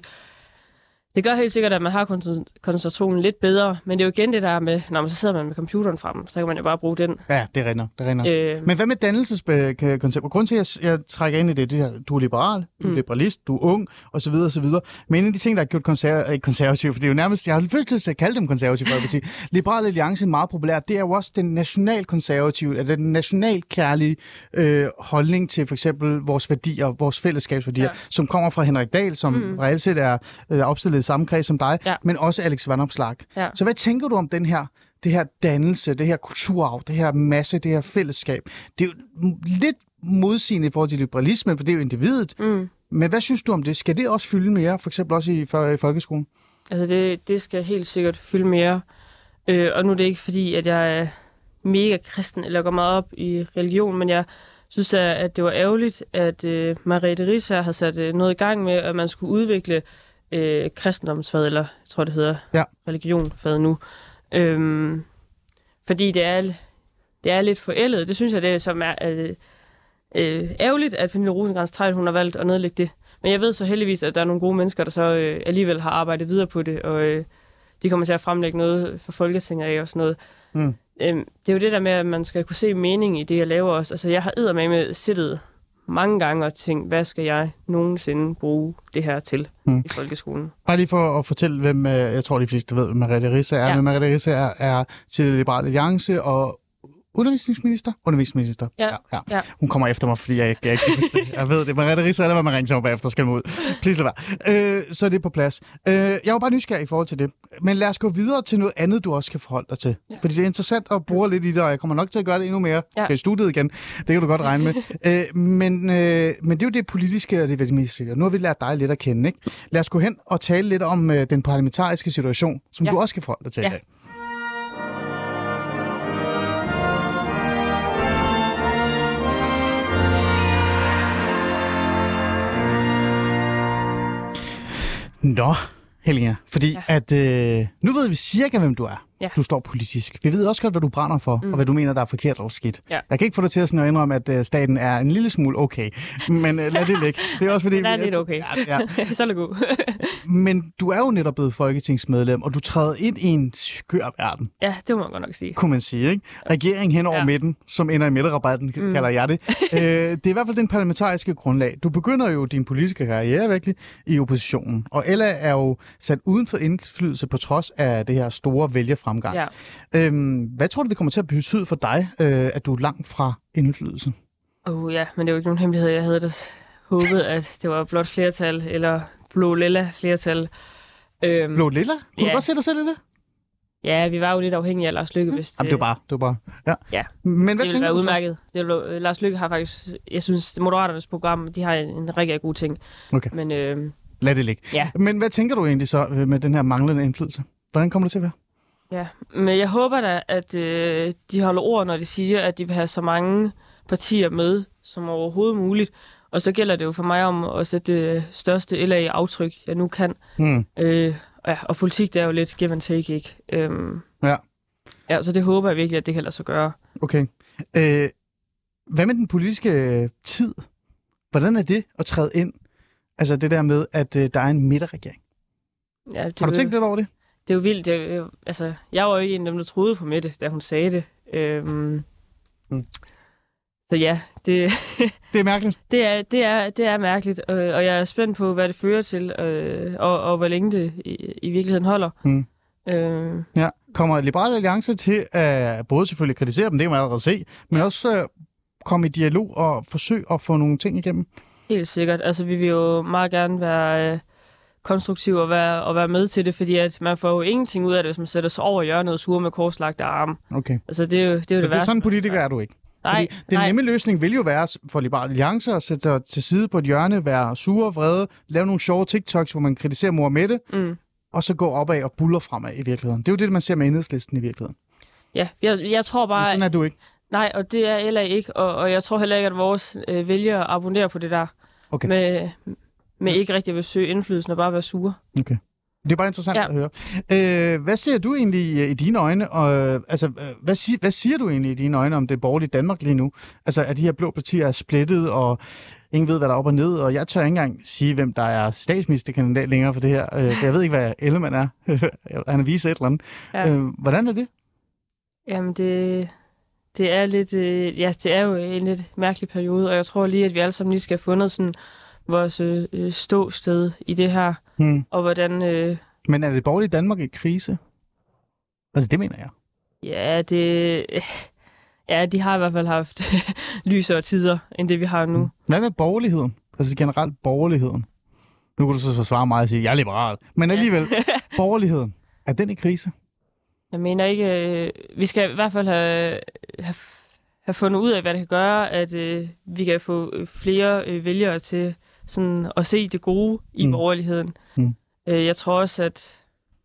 det gør helt sikkert, at man har koncentrationen lidt bedre, men det er jo igen det der med, når man så sidder man med computeren frem, så kan man jo bare bruge den. Ja, det regner. Det regner. Øh, men hvad med dannelseskoncepter? Grunden til, at jeg, jeg trækker ind i det, det her, du er liberal, du er mm. liberalist, du er ung, osv. osv. Men en af de ting, der har gjort konser- konservativ, for det er jo nærmest, jeg har først lyst til at kalde dem konservative folkeparti. Liberal Alliance er meget populær. Det er jo også den nationalkonservative, altså den nationalkærlige øh, holdning til for eksempel vores værdier, vores fællesskabsværdier, ja. Som kommer fra Henrik Dahl, som mm. reelt set er øh, opstillet i samme kreds som dig, ja. Men også Alex Vanopslagh. Ja. Så hvad tænker du om den her, det her dannelse, det her kulturarv, det her masse, det her fællesskab? Det er jo lidt modsigende i forhold til liberalismen, for det er jo individet. Mm. Men hvad synes du om det? Skal det også fylde mere, for eksempel også i, for, i folkeskolen? Altså det, det skal helt sikkert fylde mere. Øh, og nu er det ikke fordi, at jeg er mega kristen eller går meget op i religion, men jeg synes, at det var ærgerligt, at øh, Merete Riisager havde sat øh, noget i gang med, at man skulle udvikle Øh, kristendomsfag, eller jeg tror, det hedder ja. Religionfag nu. Øhm, fordi det er, det er lidt forældet. Det synes jeg, det er, som er, at, øh, ærgerligt, at Pernille Rosenkrantz-Theil, hun har valgt at nedlægge det. Men jeg ved så heldigvis, at der er nogle gode mennesker, der så øh, alligevel har arbejdet videre på det, og øh, de kommer til at fremlægge noget for Folketinget af og sådan noget. Mm. Øhm, det er jo det der med, at man skal kunne se mening i det, jeg laver også. Altså, jeg har eddermame siddet mange gange og tænkt, hvad skal jeg nogensinde bruge det her til mm. i folkeskolen? Bare lige for at fortælle, hvem, jeg tror de fleste ved, hvem Merete Riisager er. Ja. Men Merete Riisager er, er til Liberal Alliance og undervisningsminister? Undervisningsminister. Ja. Ja, ja. Ja. Hun kommer efter mig, fordi jeg ikke jeg, jeg, jeg ved det. Merete Riisager, der var man ringer til mig bagefter, skal ud. Please lad være. Øh, så er det på plads. Øh, jeg er jo bare nysgerrig i forhold til det. Men lad os gå videre til noget andet, du også kan forholde dig til. Ja. Fordi det er interessant at bruge lidt i det, og jeg kommer nok til at gøre det endnu mere ja. i studiet igen. Det kan du godt regne med. øh, men, øh, men det er jo det politiske, og det er det mest sikkert. Nu har vi lært dig lidt at kende, ikke? Lad os gå hen og tale lidt om øh, den parlamentariske situation, som ja. du også kan forholde dig til ja. i dag. Nå, Hellinger, fordi ja. at øh, nu ved vi cirka, hvem du er. Ja. Du står politisk. Vi ved også godt, hvad du brænder for, mm. og hvad du mener, der er forkert eller skidt. Ja. Jeg kan ikke få dig til at, sådan at indrømme, at uh, staten er en lille smule okay, men uh, lad det ligge. Det er også fordi... Det er lidt okay. Ja, ja. Så er det god. Men du er jo netop blevet folketingsmedlem, og du træder ind i en skør verden. Ja, det må man godt nok sige. Kunne man sige, ikke? Regering hen over ja. midten, som ender i midterrabatten, mm. kalder jeg det. uh, det er i hvert fald den parlamentariske grundlag. Du begynder jo din politiske karriere virkelig i oppositionen, og Ella er jo sat uden for indflydelse på trods af det her store vælgerfremgang. Ja. Øhm, hvad tror du, det kommer til at betyde for dig, øh, at du er langt fra indflydelsen? Åh oh, ja, men det er jo ikke nogen hemmelighed. Jeg havde da håbet, at det var blot flertal, eller blå-lilla flertal. Øhm, blå-lilla? Kunne ja. du godt se dig selv i det? Ja, vi var jo lidt afhængige af Lars Løkke, hvis det... Jamen, det var bare, det var bare, ja. ja. Men hvad det tænker du så? Udmærket. Det var, Lars Løkke har faktisk, jeg synes, Moderaternes program, de har en, en rigtig god ting. Okay. Men, øh, lad det ligge. Ja. Men hvad tænker du egentlig så med den her manglende indflydelse? Hvordan kommer det til at være? Ja, men jeg håber da, at øh, de holder ord, når de siger, at de vil have så mange partier med som overhovedet muligt. Og så gælder det jo for mig om at sætte det største L A-aftryk, jeg nu kan. Mm. Øh, ja, og politik, det er jo lidt give and take, ikke? Øhm, ja. Ja, så det håber jeg virkelig, at det kan lade sig gøre. Okay. Øh, hvad med den politiske tid? Hvordan er det at træde ind? Altså det der med, at øh, der er en midterregering. Ja, det Har du tænkt lidt over det? Det er jo vildt. Det er jo, altså, jeg var jo ikke en af dem, der troede på Mette, da hun sagde det. Øhm, mm. Så ja, det... det er mærkeligt? Det er, det er, det er mærkeligt, og, og jeg er spændt på, hvad det fører til, øh, og, og hvor længe det i, i virkeligheden holder. Mm. Øh. Ja. Kommer Liberal Alliance til at både selvfølgelig kritisere dem, det kan man allerede se, men også uh, komme i dialog og forsøge at få nogle ting igennem? Helt sikkert. Altså, vi vil jo meget gerne være... Øh, konstruktiv og være, og være med til det, fordi at man får jo ingenting ud af det, hvis man sætter sig over hjørnet og suger med korslagte arme. Okay. Altså, det er jo det, er jo det, det værste. Sådan en politiker er du ikke? Nej, fordi den nej. nemme løsning vil jo være for Liberal Alliance at sætte sig til side på et hjørne, være sure, vrede, lave nogle sjove TikToks, hvor man kritiserer mor Mette, mm. og så gå opad og buller fremad i virkeligheden. Det er jo det, man ser med Enhedslisten i virkeligheden. Ja, jeg, jeg tror bare... Men sådan er du ikke? Nej, og det er heller ikke, og, og jeg tror heller ikke, at vores øh, vælgere abonnerer på det der. Okay. Med... Men ikke rigtig vil søge indflydelsen og bare være sure. Okay. Det er bare interessant ja. at høre. Øh, hvad ser du egentlig i, i dine øjne? Og, altså, hvad, sig, hvad siger du egentlig i dine øjne om det borgerlige Danmark lige nu? Altså, at de her blå partier er splittet, og ingen ved, hvad der er op og ned, og jeg tør ikke engang sige, hvem der er statsministerkandidat længere for det her. Øh, jeg ved ikke, hvad Ellemann er. Han er vise et eller andet. Ja. Øh, hvordan er det? Jamen, det... Det er lidt... Øh, ja, det er jo en lidt mærkelig periode, og jeg tror lige, at vi alle sammen lige skal have fundet sådan... vores øh, ståsted i det her, hmm. og hvordan... Øh... Men er det borgerlige Danmark i krise? Altså, det mener jeg. Ja, det... Ja, de har i hvert fald haft lysere tider, end det vi har nu. Hvad med borgerligheden? Altså generelt borgerligheden. Nu kan du så svare mig og sige, jeg er liberal. Men alligevel, borgerligheden, er den i krise? Jeg mener ikke... Øh... Vi skal i hvert fald have... have have fundet ud af, hvad det kan gøre, at øh, vi kan få flere øh, vælgere til sådan at se det gode i mm. borgerligheden. Mm. Øh, jeg tror også, at,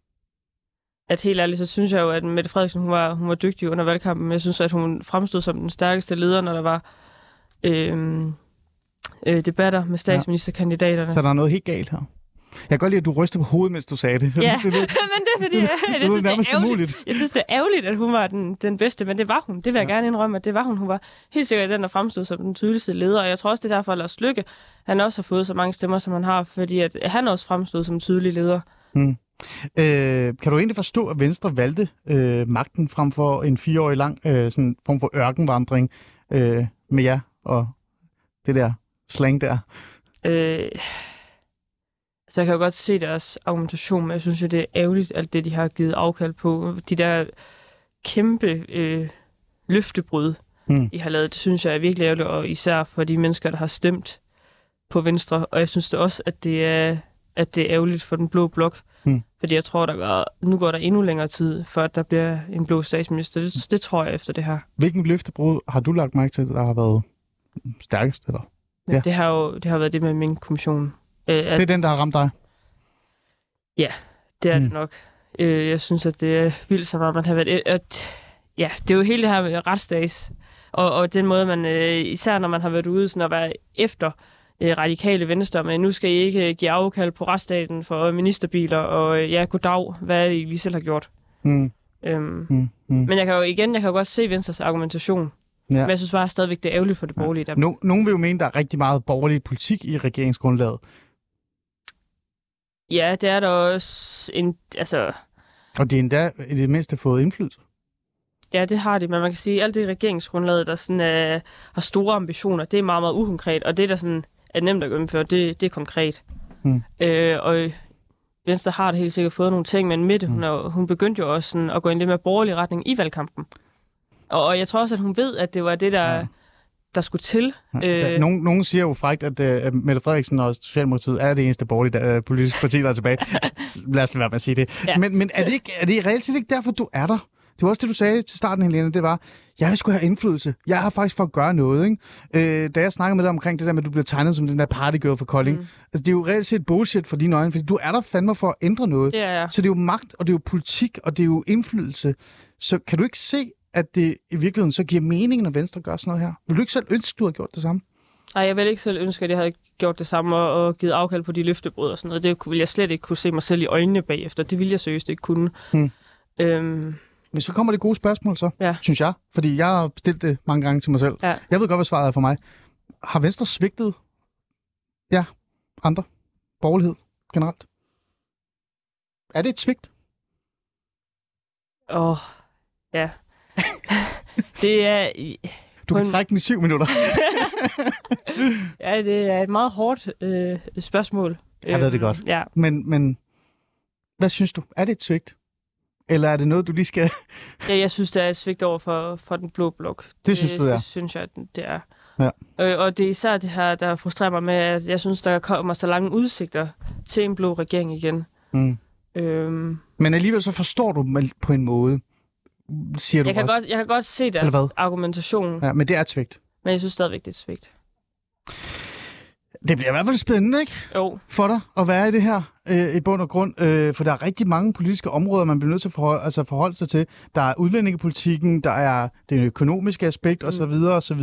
at helt ærligt, så synes jeg jo, at Mette Frederiksen, hun var, hun var dygtig under valgkampen. Jeg synes, at hun fremstod som den stærkeste leder, når der var øh, øh, debatter med statsministerkandidaterne. Ja. Så der er noget helt galt her? Jeg kan godt lide, at du ryster på hovedet, mens du sagde det. Ja, det, det, men det er fordi, jeg, jeg, det, synes, det, det er ærgerligt. umuligt. Jeg synes, det er ærgerligt, at hun var den, den bedste, men det var hun. Det vil jeg ja. gerne indrømme, at det var hun. Hun var helt sikkert den, der fremstod som den tydeligste leder, og jeg tror også, det er derfor, at Lars Løkke, han også har fået så mange stemmer, som han har, fordi at han også fremstod som tydelig leder. Hmm. Øh, kan du egentlig forstå, at Venstre valgte øh, magten frem for en fireårig lang øh, sådan form for ørkenvandring øh, med jer og det der slang der? Øh, så jeg kan jo godt se deres argumentation, men jeg synes jo, det er ærgerligt, alt det, de har givet afkald på. De der kæmpe øh, løftebrud, hmm. I har lavet, det synes jeg er virkelig ærgerligt, og især for de mennesker, der har stemt på Venstre. Og jeg synes det også, at det er, at det er ærgerligt for den blå blok. Hmm. Fordi jeg tror, der går, nu går der endnu længere tid, før at der bliver en blå statsminister. Det, det tror jeg efter det her. Hvilken løftebrud har du lagt mærke til, der har været stærkest? Eller? Ja. Det har jo det har været det med min kommission. Øh, at, det er den, der har ramt dig? Ja, det er hmm. det nok. Øh, jeg synes, at det er vildt, så meget man har været... At, ja, det er jo hele det her med retsdags. Og, og den måde, man... Øh, især når man har været ude sådan at være efter radikale venstre, men nu skal I ikke give afkald på retsstaten for ministerbiler, og ja, goddag, hvad er det, vi selv har gjort. Mm. Øhm, mm. Mm. Men jeg kan jo igen, jeg kan jo godt se Venstres argumentation, ja. Men jeg synes bare stadigvæk, det er ærgerligt for det borgerlige. Der. No, nogen vil jo mene, der er rigtig meget borgerlig politik i regeringsgrundlaget. Ja, det er der også en, altså... Og det er endda i det mindste fået indflydelse. Ja, det har de, men man kan sige, at alt det regeringsgrundlaget, der sådan, øh, har store ambitioner, det er meget, meget ukonkret, og det, der sådan er nemt at gennemføre, det, det er konkret. Mm. Øh, og Venstre har det helt sikkert fået nogle ting, men Mette, mm. hun, er, hun begyndte jo også sådan, at gå i en lidt mere borgerlig retning i valgkampen. Og, og jeg tror også, at hun ved, at det var det, der, ja. der skulle til. Ja, øh, nogen, nogen siger jo frækt, at uh, Mette Frederiksen og Socialdemokratiet er det eneste borgerlige uh, politiske parti, der er tilbage. Lad os lade være med at sige det. Ja. Men, men er det, ikke, er det reelt set ikke derfor, du er der? Det var også det, du sagde til starten, Helene, det var, jeg vil sgu have indflydelse. Jeg har faktisk for at gøre noget, ikke? Øh, da jeg snakkede med dig omkring det der med, at du bliver tegnet som den der partygirl for Kolding. Mm. Altså, det er jo reelt set bullshit for dine øjne, fordi du er der fandme for at ændre noget. Ja, ja. Så det er jo magt, og det er jo politik, og det er jo indflydelse. Så kan du ikke se, at det i virkeligheden så giver mening, når Venstre gør sådan noget her? Vil du ikke selv ønske, du har gjort det samme? Nej, jeg vil ikke selv ønske, at jeg havde gjort det samme og, og givet afkald på de løftebrud og sådan noget. Det ville jeg slet ikke kunne se mig selv i øjnene bagefter. Det ville jeg seriøst ikke kunne. Mm. Øhm... Men så kommer det gode spørgsmål så, ja. Synes jeg. Fordi jeg har stillet det mange gange til mig selv. Ja. Jeg ved godt, hvad svaret er for mig. Har Venstre svigtet ja, andre? Borgerlighed generelt? Er det et svigt? Åh, oh, ja. det er... Du kan trække den i syv minutter. ja, det er et meget hårdt øh, spørgsmål. Jeg ved det godt. Ja. Men, men hvad synes du? Er det et svigt? Eller er det noget, du lige skal... ja, jeg synes, det er et svigt over for, for den blå blok. Det, det synes du, det er? Det synes jeg, det er. Ja. Øh, og det er især det her, der frustrerer mig med, at jeg synes, der kommer så lange udsigter til en blå regering igen. Mm. Øhm. Men alligevel så forstår du dem på en måde, siger du jeg kan også. Godt, jeg kan godt se deres argumentation. Ja, men det er et svigt. Men jeg synes stadigvæk, det er et svigt. Det bliver i hvert fald spændende, ikke? Jo. For dig at være i det her øh, i bund og grund. Øh, for der er rigtig mange politiske områder, man bliver nødt til at forholde, altså forholde sig til. Der er udlændingepolitikken, der er det økonomiske aspekt, mm. osv. osv.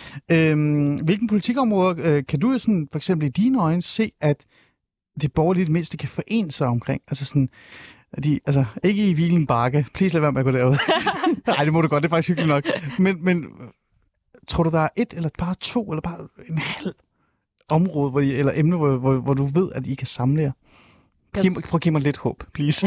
Øh, hvilken politikområder øh, kan du sådan, for eksempel i dine øjne se, at det borgerlige det mindste kan forene sig omkring? Altså sådan... De, altså, ikke i Hvilen Bakke. Please lad være med at gå derud. Nej, det må du godt. Det er faktisk hyggeligt nok. Men, men tror du, der er et, eller bare to, eller bare en halv område, hvor I, eller emne, hvor, hvor, hvor du ved, at I kan samle jer? Giv, prøv at give mig lidt håb, please.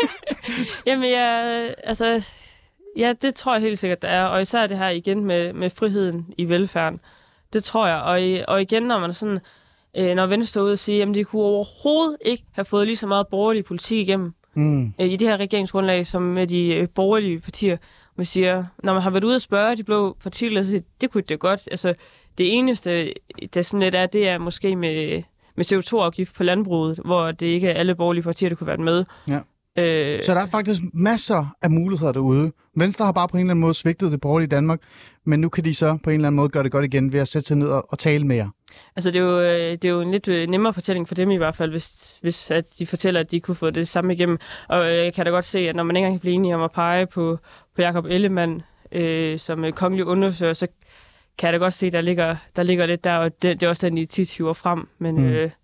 Jamen, jeg, altså, ja, det tror jeg helt sikkert, der er. Og især det her igen med, med friheden i velfærden. Det tror jeg. Og, og igen, når man sådan, øh, når Venstre ud og siger, at de kunne overhovedet ikke have fået lige så meget borgerlig politik igennem mm. øh, i det her regeringsgrundlag, som med de øh, borgerlige partier. Man siger, når man har været ude og spørge de blå partier, så siger, det kunne det godt. Altså, det eneste, der sådan lidt er, det er måske med, med C O to afgift på landbruget, hvor det ikke er alle borgerlige partier, der kunne være med. Ja. Øh, så der er faktisk masser af muligheder derude. Venstre har bare på en eller anden måde svigtet det borgerlige Danmark, men nu kan de så på en eller anden måde gøre det godt igen ved at sætte sig ned og, og tale med jer. Altså, det er, jo, det er jo en lidt nemmere fortælling for dem i hvert fald, hvis, hvis at de fortæller, at de kunne få det samme igennem. Og jeg kan da godt se, at når man ikke engang kan blive enige om at pege på, på Jakob Ellemann øh, som kongelig undersøger, så kan jeg da godt se, at der ligger, der ligger lidt der, og det, det er også den, de tit hiver frem. Men, mm. øh,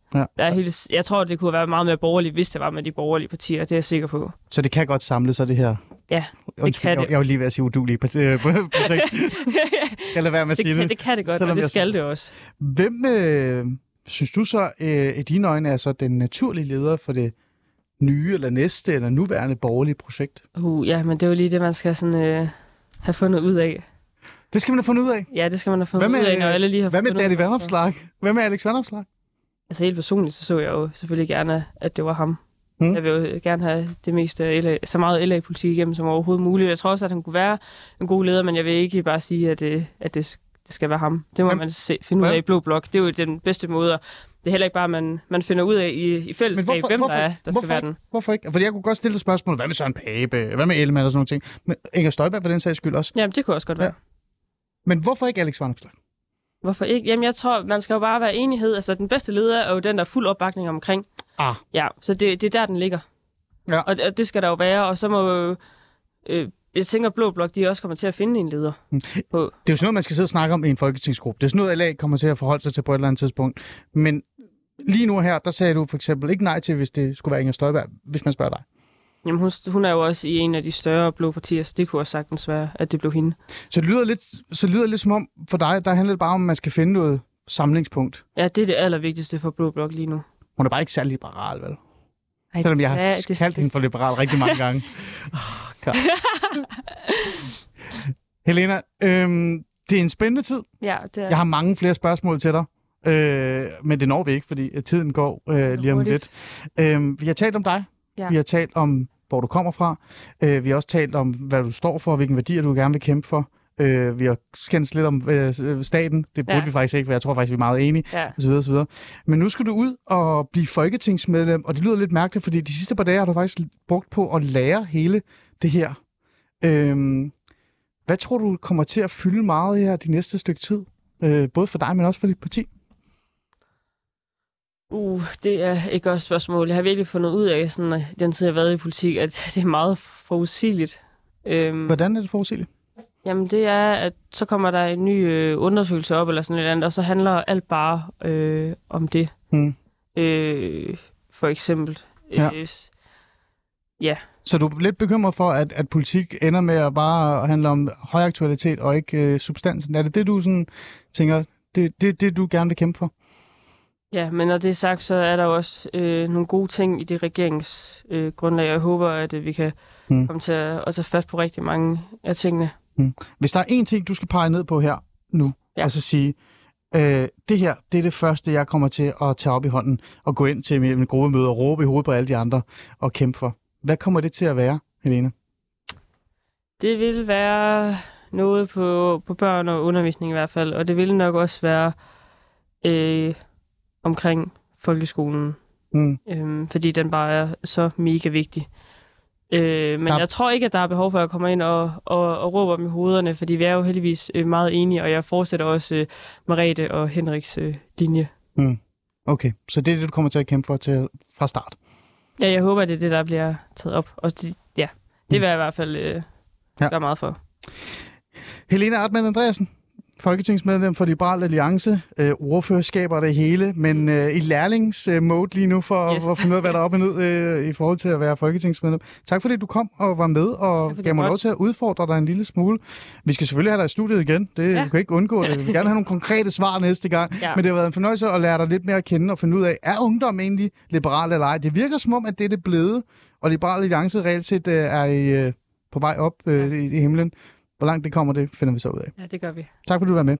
Ja. Der er helt, jeg tror, det kunne være meget mere borgerligt, hvis det var med de borgerlige partier. Det er jeg sikker på. Så det kan godt samle sig, det her? Ja, det Undskyld, kan det. Jeg, jeg var lige ved at sige udulige projekt. Kan lade være med at det, sige kan, det? det kan det godt, Selvom og det jeg- skal det også. Hvem øh, synes du så, øh, i dine øjne, er så den naturlige leder for det nye, eller næste, eller nuværende borgerlige projekt? Uh, ja, men det er jo lige det, man skal sådan, øh, have fundet ud af. Det skal man have fundet ud af. Ja, det skal man have fundet Hvad ud af, når med, alle lige har hvad med fundet Daddy ud af. Vandopslag? Hvad med Alex Vandopslag? Altså helt personligt, så så jeg jo selvfølgelig gerne, at det var ham. Mm. Mm. Jeg vil jo gerne have det meste af L A, så meget L A-politik igennem som overhovedet muligt. Jeg tror også, at han kunne være en god leder, men jeg vil ikke bare sige, at det, at det, det skal være ham. Det må Hvem? man se, finde ud af Hvem? i Blå Blok. Det er jo den bedste måde. Det er heller ikke bare, at man, man finder ud af i, i fællesskab, hvem der er, der hvorfor, skal være ikke? den. Hvorfor ikke? Fordi jeg kunne godt stille et spørgsmål. Hvad med Søren Pape? Hvad med Ellemann og sådan nogle ting? Men Inger Støjberg for den sags skyld også. Jamen, det kunne også godt være. Ja. Men hvorfor ikke Alex Vanopslagh? Hvorfor ikke? Jamen, jeg tror, man skal jo bare være enighed. Altså, den bedste leder er jo den, der er fuld opbakning omkring. Ah. Ja, så det, det er der, den ligger. Ja. Og, og det skal der jo være. Og så må jo... Øh, jeg tænker, Blå Blok, de også kommer til at finde en leder. Mm. På. Det er jo sådan noget, man skal sidde og snakke om i en folketingsgruppe. Det er sådan noget, L A kommer til at forholde sig til på et eller andet tidspunkt. Men lige nu her, der sagde du for eksempel ikke nej til, hvis det skulle være Inger Støjberg, hvis man spørger dig. Jamen, hun, hun er jo også i en af de større blå partier, så det kunne også sagtens være, at det blev hende. Så det lyder lidt, så det lyder lidt som om, for dig, der handler det bare om, at man skal finde noget samlingspunkt. Ja, det er det allervigtigste for Blå Blok lige nu. Hun er bare ikke særlig liberal, vel? Ej, Selvom jeg har ja, det, kaldt hende for liberal rigtig mange gange. Oh, Helena, øhm, det er en spændende tid. Ja, det er Jeg har mange flere spørgsmål til dig, øh, men det når vi ikke, fordi tiden går øh, lige om lidt. Øh, vi har talt om dig. Ja. Vi har talt om, hvor du kommer fra. Øh, vi har også talt om, hvad du står for, hvilke værdier du gerne vil kæmpe for. Øh, vi har skændt lidt om øh, staten. Det burde Ja. vi faktisk ikke, for jeg tror faktisk, vi er meget enige. Ja. Og så videre, og så videre. Men nu skal du ud og blive folketingsmedlem, og det lyder lidt mærkeligt, fordi de sidste par dage har du faktisk brugt på at lære hele det her. Øhm, hvad tror du kommer til at fylde meget her de næste stykke tid? Øh, både for dig, men også for dit parti? Uh, det er et godt spørgsmål. Jeg har virkelig fundet ud af, sådan, at den tid, jeg har været i politik, at det er meget forudsigeligt. Øhm, Hvordan er det forudsigeligt? Jamen, det er, at så kommer der en ny øh, undersøgelse op, eller sådan noget andet, og så handler alt bare øh, om det. Hmm. Øh, for eksempel. Ja. Øh, ja. Så du er lidt bekymret for, at, at politik ender med at bare handle om højaktualitet og ikke øh, substansen? Er det det, du sådan tænker, det, det, det du gerne vil kæmpe for? Ja, men når det er sagt, så er der jo også øh, nogle gode ting i det regeringsgrundlag. Øh, grundlag. Jeg håber, at øh, vi kan Hmm. komme til at, at tage fat på rigtig mange af tingene. Hmm. Hvis der er én ting, du skal pege ned på her nu, ja. Ja. og så sige, øh, det her, det er det første, jeg kommer til at tage op i hånden og gå ind til min gruppemøde og råbe i hovedet på alle de andre og kæmpe for. Hvad kommer det til at være, Helena? Det vil være noget på, på børn og undervisning i hvert fald, og det vil nok også være øh, omkring folkeskolen, Hmm. øh, fordi den bare er så mega vigtig. Øh, men Ja. jeg tror ikke, at der er behov for at komme ind og, og, og råbe om i hovederne, fordi vi er jo heldigvis øh, meget enige, og jeg fortsætter også øh, Merete og Henriks øh, linje. Hmm. Okay, så det er det, du kommer til at kæmpe for til, fra start? Ja, jeg håber, det er det, der bliver taget op. Og det, ja, det vil jeg i hvert fald øh, Ja. gøre meget for. Helena Artmann Andreasen, folketingsmedlem for Liberal Alliance, øh, ordførerskaber det hele, men øh, i lærlingsmode lige nu for, Yes. for at finde ud af, hvad der er op og ned øh, i forhold til at være folketingsmedlem. Tak fordi du kom og var med og fordi gav mig jeg lov måtte. til at udfordre dig en lille smule. Vi skal selvfølgelig have dig i studiet igen, det ja. Du kan ikke undgå det. Vi vil gerne have nogle konkrete svar næste gang, Ja. men det har været en fornøjelse at lære dig lidt mere at kende og finde ud af, er ungdom egentlig liberal eller ej? Det virker som om, at det er det blevet, og Liberal Alliance reelt set øh, er i, øh, på vej op øh, i, i himlen. Hvor langt det kommer, det finder vi så ud af. Ja, det gør vi. Tak fordi du var med.